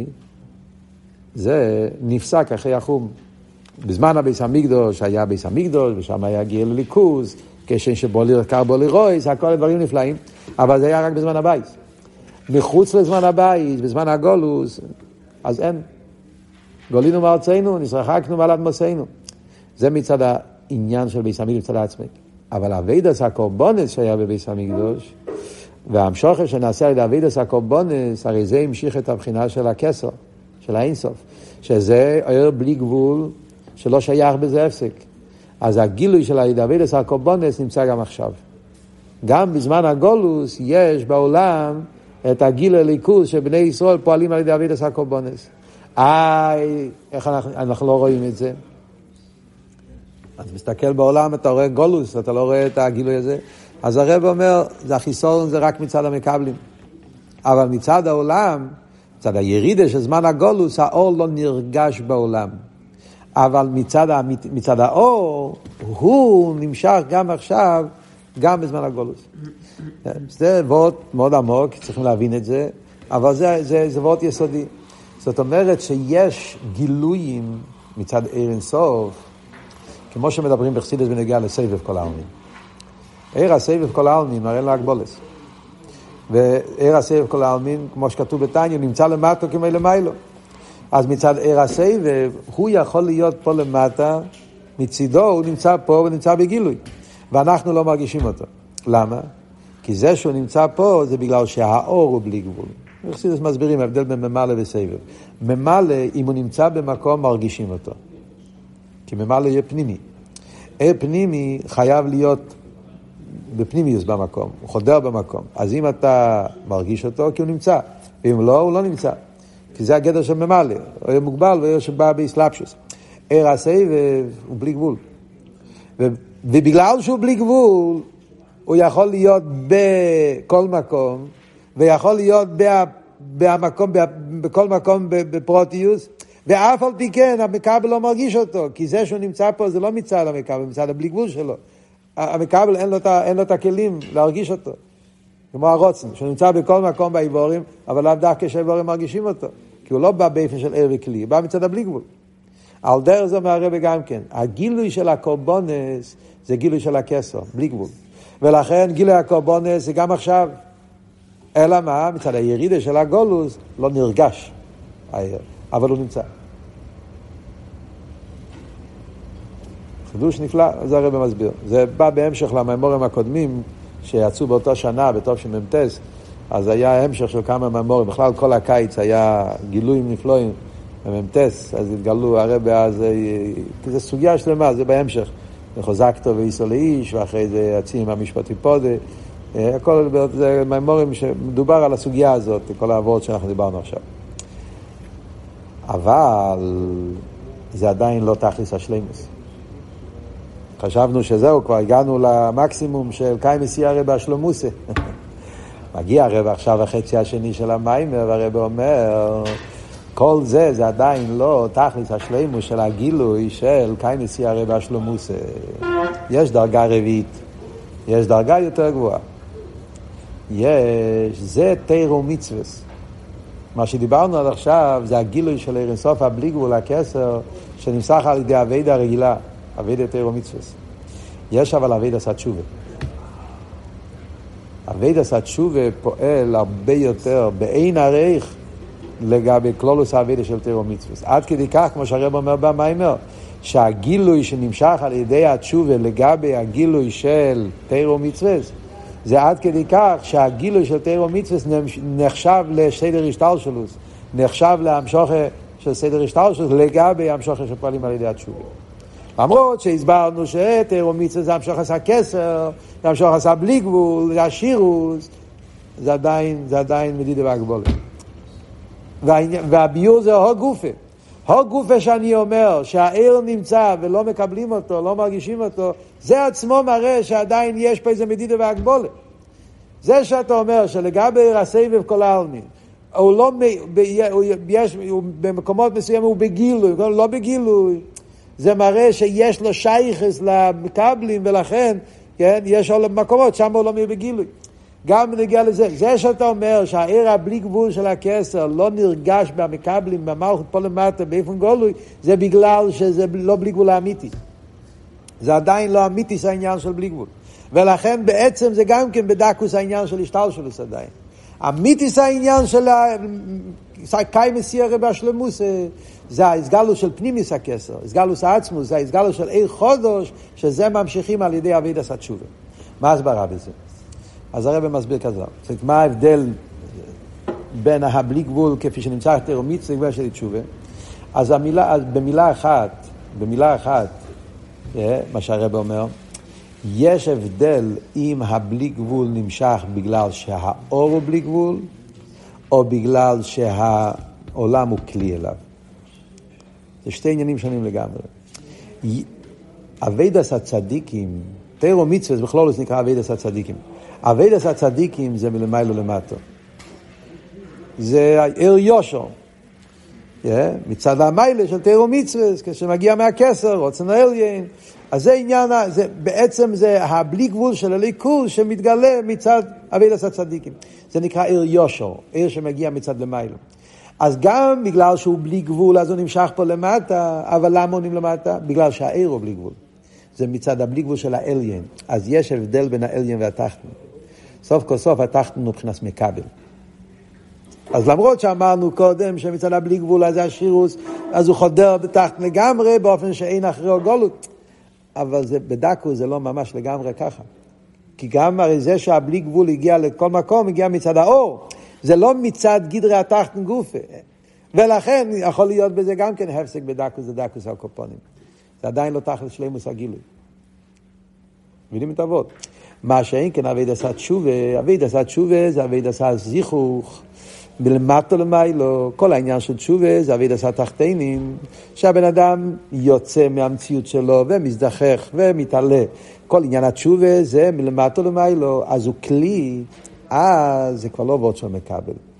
זה נפסק אחרי החום. בזמן הביס המקדוש היה ביס המקדוש, ושם היה גיל ליכוז, כשם שבו לרקר בו לרויס, הכל הדברים נפלאים, אבל זה היה רק בזמן הבית. מחוץ לזמן הבית, בזמן הגולוס, אז אין. גולינו מארצנו, נשרחקנו מעל אדמוסנו. זה מצד העניין של ביס המקדוש מצד עצמי. אבל עבודת הקורבנס שהיה בביס המקדוש, והמשוכר שנעשה על ידי עבודת הקורבנס, הרי זה המשיך את הבחינה של הכסר, של האינסוף, שזה אור בלי גבול, שלא שייך בזה הפסק. אז הגילוי של עבודת הקורבנס נמצא גם עכשיו. גם בזמן הגולוס יש בעולם את הגילוי הליכוז שבני ישראל פועלים על ידי עבודת הקורבנס. איך אנחנו לא רואים את זה? אז מסתכל בעולם, אתה רואה גולוס, אתה לא רואה את הגילוי הזה. אז הרב אומר, זה החיסרון זה רק מצד המקבלים. אבל מצד העולם, מצד הירידה של זמן הגולוס, האור לא נרגש בעולם. אבל מצד האור, הוא נמשך גם עכשיו, גם בזמן הגולוס. זה וורט מאוד עמוק, צריכים להבין את זה, אבל זה וורט יסודי. זאת אומרת שיש גילויים מצד עיר אינסוף, כמו שמדברים בחסידות בנגיעה לסבב כל העלמין. עיר הסבב כל העלמין, הרי אין לו הגבולס. ועיר הסבב כל העלמין, כמו שכתוב בתניא, נמצא למטה כמו למיילו. אז מצד עיר הסבב, הוא יכול להיות פה למטה, מצידו הוא נמצא פה ונמצא בגילוי. ואנחנו לא מרגישים אותו. למה? כי זה שהוא נמצא פה, זה בגלל שהאור הוא בלי גבול. בחסידות מסבירים, ההבדל בין ממלא וסבב. ממלא, אם הוא נמצא במקום, מרגישים אותו. כי ממלא יהיה פנימי. פנימי חייב להיות בפנימיוס במקום, הוא חודר במקום. אז אם אתה מרגיש אותו, כי הוא נמצא. ואם לא, הוא לא נמצא. כי זה הגדר של ממלא. הוא יהיה מוגבל ויהיה שבא באסלאפשוס. עיר הסבב הוא בלי גבול. ובגלל שהוא בלי גבול, הוא יכול להיות בכל מקום, ויכול להיות במקום, בכל מקום בפרוטיוס, ואף על פי כן המקבל לא מרגיש אותו, כי זה שהוא נמצא פה זה לא מצד המקבל, מצד הבלי גבול שלו. המקבל אין לו את הכלים להרגיש אותו. כמו הרוצן, שהוא נמצא בכל מקום באיבורים, אבל לאו דווקא שהאיבורים מרגישים אותו. כי הוא לא בא באופן של ער וכלי, הוא בא מצד הבלי גבול. על דרך זה מהרבא גם כן. הגילוי של הקורבנס זה גילוי של הכסר, בלי גבול. ולכן גילוי הקורבנס זה גם עכשיו. אלא מה? מצד הירידה של הגולוס לא נרגש הער, אבל הוא נמצא. חידוש נפלא, זה הרבא מסביר. זה בא בהמשך למאמרים הקודמים שיצאו באותה שנה, בתוף שממתס, אז היה המשך של כמה מאמרים. בכלל כל הקיץ היה גילויים נפלאים בממתס, אז התגלו הרבא, אז זה סוגיה שלמה, זה בהמשך. חוזקתו ואיסו לאיש, ואחרי זה יצאים המשפטי פודה. הכל זה מאמרים שמדובר על הסוגיה הזאת, כל העבוד שאנחנו דיברנו עכשיו. אבל זה עדיין לא תכלס השלימוס. חשבנו שזהו, כבר הגענו למקסימום של קיימא סייערא בהשלמוסה. מגיע הרב עכשיו החצי השני של המים, והרב אומר, כל זה עדיין לא תכלס השלימוס של הגילוי של קיימא סייערא בהשלמוסה. יש דרגה רביעית, יש דרגה יותר גבוהה. זה תורה ומצוות. מה שדיברנו עד עכשיו זה הגילוי של עיר אינסוף הבלי גבול הכסר שנמסך על ידי עבודה רגילה, עבודה תורה ומצוות. יש אבל עבודה עשה תשובה. עבודה עשה תשובה פועל הרבה יותר באין ערך לגבי כלולוס העבודה של תורה ומצוות. עד כדי כך, כמו שהרב אומר במיימר, שהגילוי שנמשך על ידי התשובה לגבי הגילוי של תורה ומצוות, זה עד כדי כך שהגילוי של תורה ומצוות נחשב לסדר השתלשלות, נחשב להמשוך של סדר השתלשלות לגבי המשוך שפועלים על ידי התשובה. למרות שהסברנו שתורה ומצוות זה המשוך עשה כסר, זה המשוך עשה בלי גבול, זה השירוס, זה עדיין מדידה והגבולת. והביור זה הגופה. הגופה שאני אומר שהעיר נמצא ולא מקבלים אותו, לא מרגישים אותו, זה עצמו מראה שעדיין יש פה איזה מדידה והגבולת. זה שאתה אומר שלגבי הסבב כל העלמין, הוא לא, במקומות מסוימים הוא בגילוי, לא בגילוי, זה מראה שיש לו שייכס למקבלים, ולכן כן, יש עוד מקומות שם הוא לא בגילוי. גם נגיע לזה, זה שאתה אומר שהעיר הבלי גבול של הכסר לא נרגש במקבלים, במלכות פה למטה, באופן גולוי, זה בגלל שזה לא בלי גבול האמיתי. זה עדיין לא אמיתי, זה העניין של בלי גבול. ולכן בעצם זה גם כן בדקוס העניין של השתלשלות עדיין. אמיתי זה העניין של קיימא סייערא בהשלמוס, זה ההסגלוס של פנימיס הכסר, הסגלוס העצמוס, זה ההסגלוס של עיר חודש, שזה ממשיכים על ידי עבודת עשה תשובה. מה הסברה בזה? אז הרב מסביר כזה. זאת אומרת, מה ההבדל בין הבלי גבול כפי שנמצא תורה ומצוות לגבי של תשובה? אז במילה אחת, מה שהרב אומר, יש הבדל אם הבלי גבול נמשך בגלל שהאור הוא בלי גבול, או בגלל שהעולם הוא כלי אליו. זה שתי עניינים שונים לגמרי. עבודת הצדיקים, תורה ומצוות בכלל זה נקרא עבודת הצדיקים. עבודת הצדיקים זה מלמעלה למטה. זה עיר יושר. מצד המיילה של תורה ומצוות, כשמגיע מהכסר, רוצן העליין. אז זה עניין, בעצם זה הבלי גבול של הליכוז שמתגלה מצד עבודת הצדיקים. זה נקרא עיר יושר, עיר שמגיע מצד למעלה. אז גם בגלל שהוא בלי גבול, אז הוא נמשך פה למטה, אבל למה הוא נמשך למטה? בגלל שהעיר הוא בלי גבול. זה מצד הבלי גבול של העליין. אז יש הבדל בין העליין והתחתון. סוף כל סוף התחתון הוא מבחינת מקבל. אז למרות שאמרנו קודם שמצד הבלי גבול אז השירוס, אז הוא חודר בתחתון לגמרי, באופן שאין אחרי גולות. אבל זה, בדקו זה לא ממש לגמרי ככה. כי גם הרי זה שהבלי גבול הגיע לכל מקום, הגיע מצד האור. זה לא מצד גדרי התחתון גופה. ולכן יכול להיות בזה גם כן הפסק בדקו, זה דקוס הקופונים. זה עדיין לא תכלס שלימוס הגילוי. מבינים את אבות? מה שאין כן עבודת עשה תשובה, עבודת עשה תשובה זה עבודת עשה זיכוך, מלמטה למיילו, כל העניין של תשובה זה עבודת עשה תחתינים, שהבן אדם יוצא מהמציאות שלו ומזדחך ומתעלה. כל עניין התשובה זה מלמטה למיילו, אז הוא כלי, אז זה כבר לא עבוד של מקבל.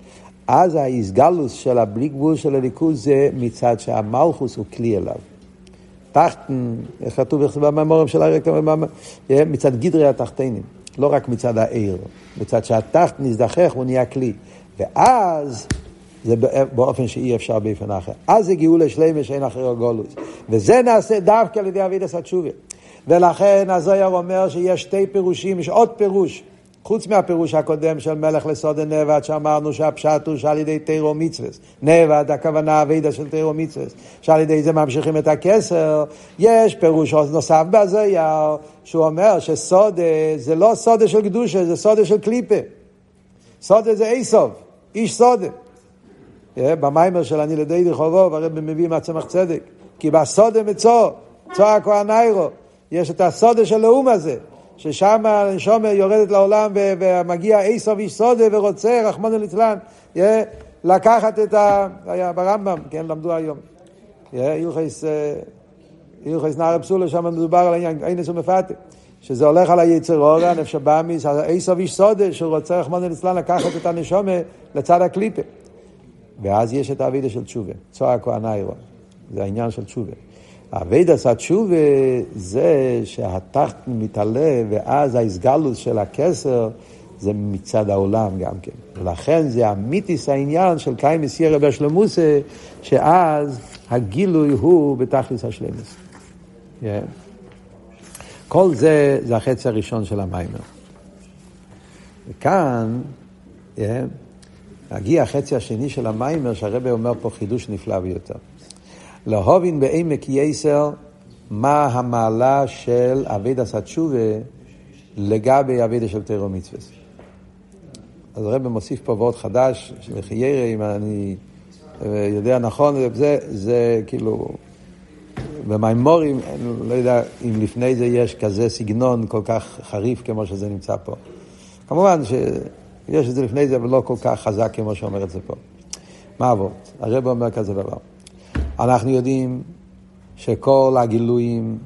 אז ההסגלוס של הבלי גבול של הליכוז זה מצד שהמלכוס הוא כלי אליו. תחתן, איך כתוב במאמרים של הרקע, מצד גדרי התחתנים, לא רק מצד העיר, מצד שהתחתן נזדחך הוא נהיה כלי. ואז זה באופן שאי אפשר באופן אחר. אז זה גאולה שלמה שאין אחר גולוס. וזה נעשה דווקא על ידי אבידס התשובה. ולכן הזוהר אומר שיש שתי פירושים, יש עוד פירוש, חוץ מהפירוש הקודם של מלך לסוד הנבד, שאמרנו שהפשט הוא שעל ידי תירו מצווס. נבד, הכוונה אבידה של תירו מצווס. שעל ידי זה ממשיכים את הכסר. יש פירוש נוסף בזוהר, שהוא אומר שסודה זה לא סודה של קדושה, זה סודה של קליפה. סודה זה איסוב, איש סודה. במיימר של אני לידי חובוב, הרב מביא מהצמח צדק. כי בסודה מצוא, צוא הכהניירו, יש את הסודה של לאום הזה. ששם הנשמה יורדת לעולם ומגיע איסוב איש סודה ורוצה רחמנא ליצלן לקחת את היה ברמב"ם, כן, למדו היום הלכות נער פסולה, שם מדובר על העניין אינס ומפתה, שזה הולך על היצר אורה נפש הבאמיס, איסוב איש סודה שרוצה רחמנא ליצלן לקחת את הנשמה לצד הקליפה, ואז יש את העבודה של תשובה, צוע הכהניירו, זה העניין של תשובה. העבודת התשובה זה שהתחת מתעלה, ואז ההסגלוס של הכסר זה מצד העולם גם כן. ולכן זה אמיתיס העניין של קיים מסיירה בשלמוסה, שאז הגילוי הוא בתכלס השלמוס. כל זה החצי הראשון של המיימר. וכאן הגיע החצי השני של המיימר, שהרבא אומר פה חידוש נפלא ביותר. להבין בעמק יסר מה המעלה של עבודת התשובה לגבי עבודה של תורה ומצוות. אז הרב מוסיף פה וורט חדש, שלחיירה, אם אני יודע נכון, זה כאילו, במיימורים, אני לא יודע אם לפני זה יש כזה סגנון כל כך חריף כמו שזה נמצא פה. כמובן שיש את זה לפני זה, אבל לא כל כך חזק כמו שאומר את זה פה. מה עבור? הרב אומר כזה דבר. אנחנו יודעים שכל הגילויים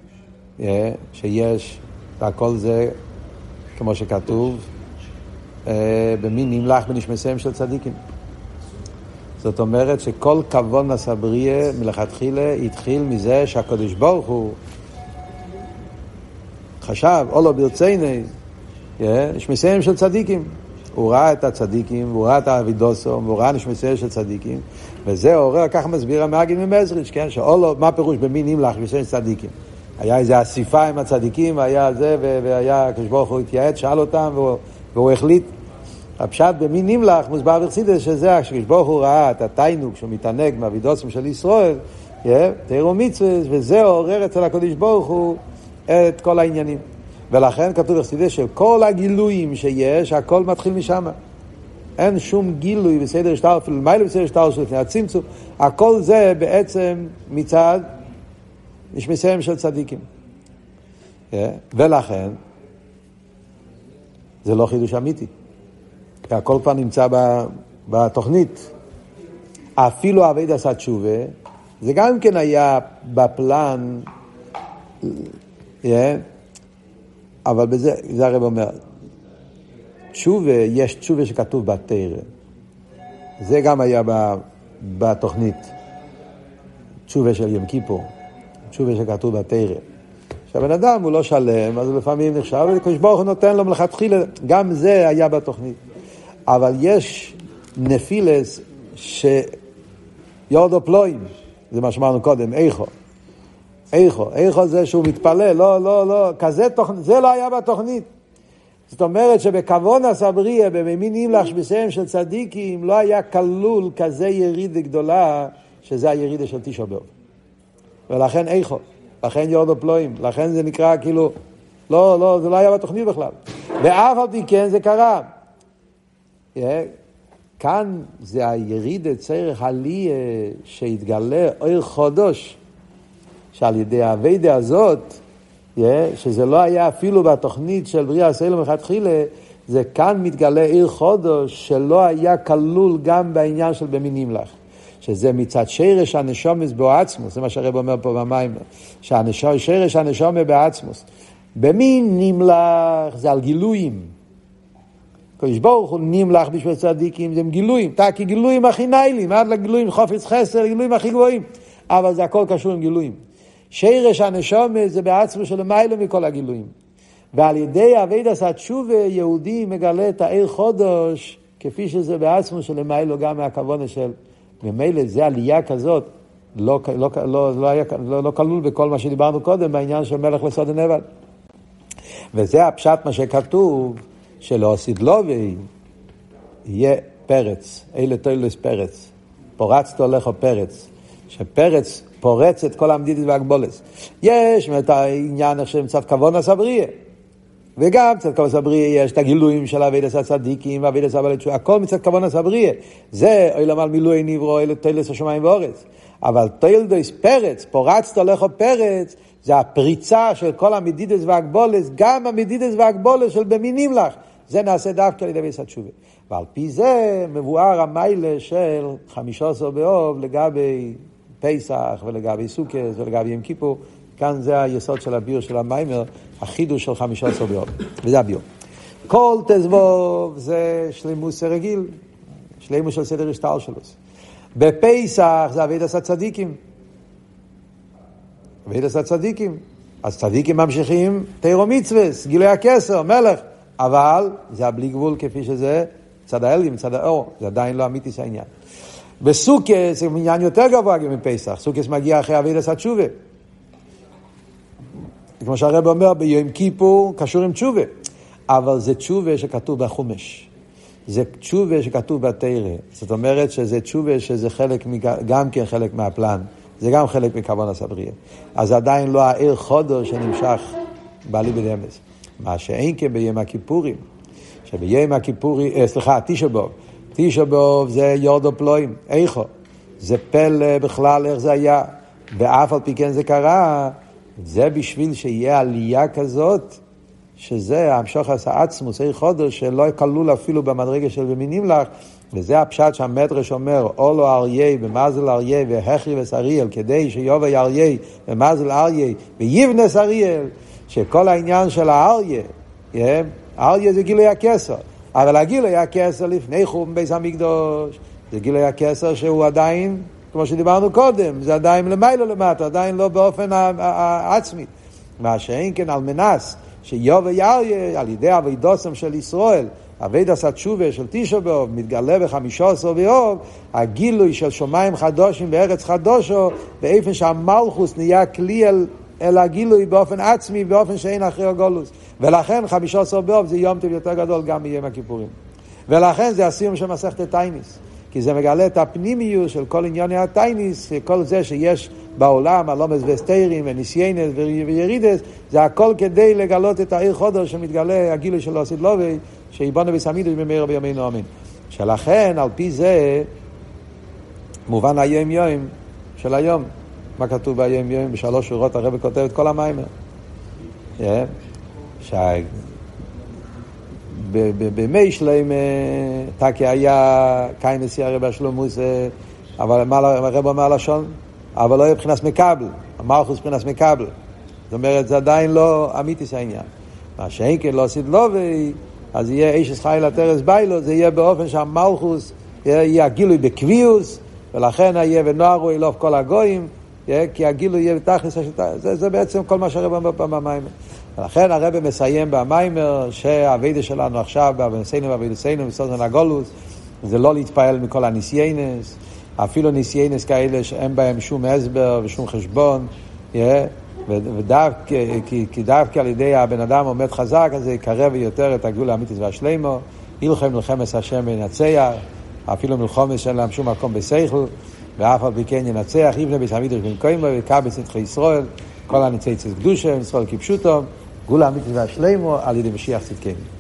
שיש, והכל זה, כמו שכתוב, במין נמלח בנשמסיהם של צדיקים. זאת אומרת שכל כוון הסבריה מלכתחילה התחיל מזה שהקדוש ברוך הוא חשב, או לא ברציני, נשמסיהם של צדיקים. הוא ראה את הצדיקים, הוא ראה את האבידוסום, הוא ראה נשמסיהם של צדיקים, וזה עורר, ככה מסביר המאגיד ממזריץ', כן? שאולו, מה פירוש במין נמלח נשמסיהם של צדיקים? היה איזו אסיפה עם הצדיקים, היה זה, והיה הקדוש ברוך הוא התייעץ, שאל אותם, והוא החליט. הפשט במין נמלח מוסבר בחסידות שזה הקדוש ברוך הוא ראה את התיינוג שהוא מתענג מהאבידוסום של ישראל, תורה ומצוות, וזה עורר אצל הקדוש ברוך הוא את כל העניינים. ולכן כתוב בחסידות שכל הגילויים שיש, הכל מתחיל משם. אין שום גילוי בסדר שטר, אפילו מיילה בסדר שטר שלפני הצמצום, הכל זה בעצם מצד נשמסיהם של צדיקים. ולכן, זה לא חידוש אמיתי. כי הכל כבר נמצא בתוכנית. אפילו עבודת התשובה, זה גם כן היה בפלן, אבל בזה, זה הרב אומר, תשובה, יש תשובה שכתוב בתורה. זה גם היה בתוכנית. תשובה של יום כיפור. תשובה שכתוב בתורה. שהבן אדם הוא לא שלם, אז לפעמים נחשב, וכש ברוך הוא נותן לו מלכתחילה, גם זה היה בתוכנית. אבל יש נפילס שיורדו פלואים, זה מה שאמרנו קודם, איכו זה שהוא מתפלל, לא, כזה תוכנית, זה לא היה בתוכנית. זאת אומרת שבכוון הסבריה, במין נמלח נשמסיהם של צדיקים, לא היה כלול כזה ירידה גדולה, שזה הירידה של תשעה באב. ולכן איכו, לכן יורדו פלואים, לכן זה נקרא כאילו, לא, זה לא היה בתוכנית בכלל. ואף על פי כן זה קרה. כאן זה הירידה צריך עליה שהתגלה אור חודש, שעל ידי העבודה הזאת, שזה לא היה אפילו בתוכנית של בריאה הסלם מלכתחילה, זה כאן מתגלה עיר חודש שלא היה כלול גם בעניין של במין נמלח. שזה מצד שרש הנשומס בעצמוס, זה מה שהרב אומר פה במים, שרש הנשומס בעצמוס. במין נמלח זה על גילויים. קדוש ברוך הוא נמלך בשביל צדיקים, זה גילויים, תקי גילויים הכי ניילים, עד לגילויים חופץ חסר, גילויים הכי גבוהים, אבל זה הכל קשור עם גילויים. שרש הנשמה זה בעצמו של מיילו מכל הגילויים. ועל ידי עבודת התשובה יהודי מגלה את העיר חודש, כפי שזה בעצמו של מיילו גם מהכוונה של, ממילא זה עלייה כזאת, לא כלול בכל מה שדיברנו קודם, בעניין של מלך לסוד הנבל. וזה הפשט מה שכתוב, שלא עשית לובי, יהיה פרץ, אלה תוילס פרץ, פורצת הולך פרץ, שפרץ פורץ את כל המדידות והגבולס. יש את העניין של מצד כוון הסבריה, וגם מצד כוון הסבריה יש את הגילויים של עבודת הצדיקים, ועבודת הבעלי תשובה, הכל מצד כוון הסבריה. זה אילם על מילואי נברו, אלה תוילס השמיים ואורץ. אבל תוילדויס פרץ, פורצת הולך פרץ, זה הפריצה של כל המדידות והגבולס, גם המדידות והגבולס של במינים לך. זה נעשה דווקא על ידי עבודת התשובה. ועל פי זה מבואר המיילה של 15 באוב לגבי פסח ולגבי סוכות ולגבי יום כיפור. כאן זה היסוד של הביור של המיימר, החידוש של 15 באוב. וזה הביור. כל תזבוב זה שלימוס רגיל, שלימוס של סדר השטר שלו. בפסח זה עבודת הצדיקים. עבודת הצדיקים. אז צדיקים ממשיכים תורה ומצוות, גילוי הכסר, מלך. אבל זה בלי גבול כפי שזה, צד האלים, צד האור, זה עדיין לא אמיתי העניין. בסוכות זה עניין יותר גבוה גם מפסח, סוכות מגיע אחרי עבודת התשובה. כמו שהרב אומר, ביום כיפור קשור עם תשובה, אבל זה תשובה שכתוב בחומש. זה תשובה שכתוב בתורה. זאת אומרת שזה תשובה שזה חלק, גם כן חלק מהפלן. זה גם חלק מכוון הסבריה. אז עדיין לא העיר חודש שנמשך בעלי בדמס. מה שאין כן ביום הכיפורים, שביום הכיפורים, תשעה באב. תשעה באב זה יורדו פלואים, איכו. זה פלא בכלל איך זה היה. ואף על פי כן זה קרה, זה בשביל שיהיה עלייה כזאת, שזה המשוך העצמוס, עיר חודש, שלא כלול אפילו במדרגה של במינים לך, וזה הפשט שהמדרש אומר, אולו אריה במזל אריה והחרי וסריאל, כדי שיובי אריה במזל אריה ויבנס אריאל, שכל העניין של האריה, האריה זה גילוי הכסר, אבל הגילוי הכסר לפני חורבן בית המקדש, זה גילוי הכסר שהוא עדיין, כמו שדיברנו קודם, זה עדיין למעלה למטה, עדיין לא באופן העצמי. מה שאין כן על מנס, שיובי אריה על ידי עבודתם של ישראל, עבודת התשובה של תשעה באב מתגלה ב15 באב, הגילוי של שמיים חדושים בארץ חדושו, באופן שהמלכוס נהיה כלי אל הגילוי באופן עצמי, באופן שאין אחרי הגולוס. ולכן 15 באב זה יום טוב יותר גדול גם מיום הכיפורים. ולכן זה הסיום של מסכת תייניס, כי זה מגלה את הפנימיות של כל ענייני התייניס, כל זה שיש בעולם, הלומס וסתירים וניסיינס וירידס, זה הכל כדי לגלות את העיר חודש שמתגלה הגילוי של עשית לובי, שיבונה בסמידו במהרה בימינו אמן. שלכן על פי זה מובן היום יום של היום. מה כתוב ביום יום? בשלוש שורות הרב כותב את כל המיימר. במי שלהם תקי היה קיינס ירא בשלומוס, אבל הרב אומר לשון, אבל לא יהיה מבחינת מקבל, המלכוס מבחינת מקבל. זאת אומרת, זה עדיין לא אמיתיס העניין. מה שאין כן לא עשית לו, אז יהיה איש חי לטרס ביילו, זה יהיה באופן שהמלכוס יהיה הגילוי בקביוס, ולכן יהיה ונוערו אלוף כל הגויים, כי הגילוי יהיה בתכלס, זה בעצם כל מה שהרב אומר פעם במיימר. ולכן הרב מסיים במיימר שהעבודה שלנו עכשיו, בעבודתנו ובעבודתנו בסוזן הגולוס, זה לא להתפעל מכל הניסיינס, אפילו ניסיינס כאלה שאין בהם שום הסבר ושום חשבון, כי דווקא על ידי הבן אדם עומד חזק, אז זה יקרב יותר את הגאולה האמיתית והשלמה. ילחם מלחמת השם וינצח, אפילו מלחמת שאין להם שום מקום בשכל, ואף על פי כן ינצח, יבנה בית המקדש במקומו ויקבץ נדחי ישראל, כל הניצוצות קדושה, ישראל כפשוטו, גאולה האמיתית והשלמה על ידי משיח צדקנו.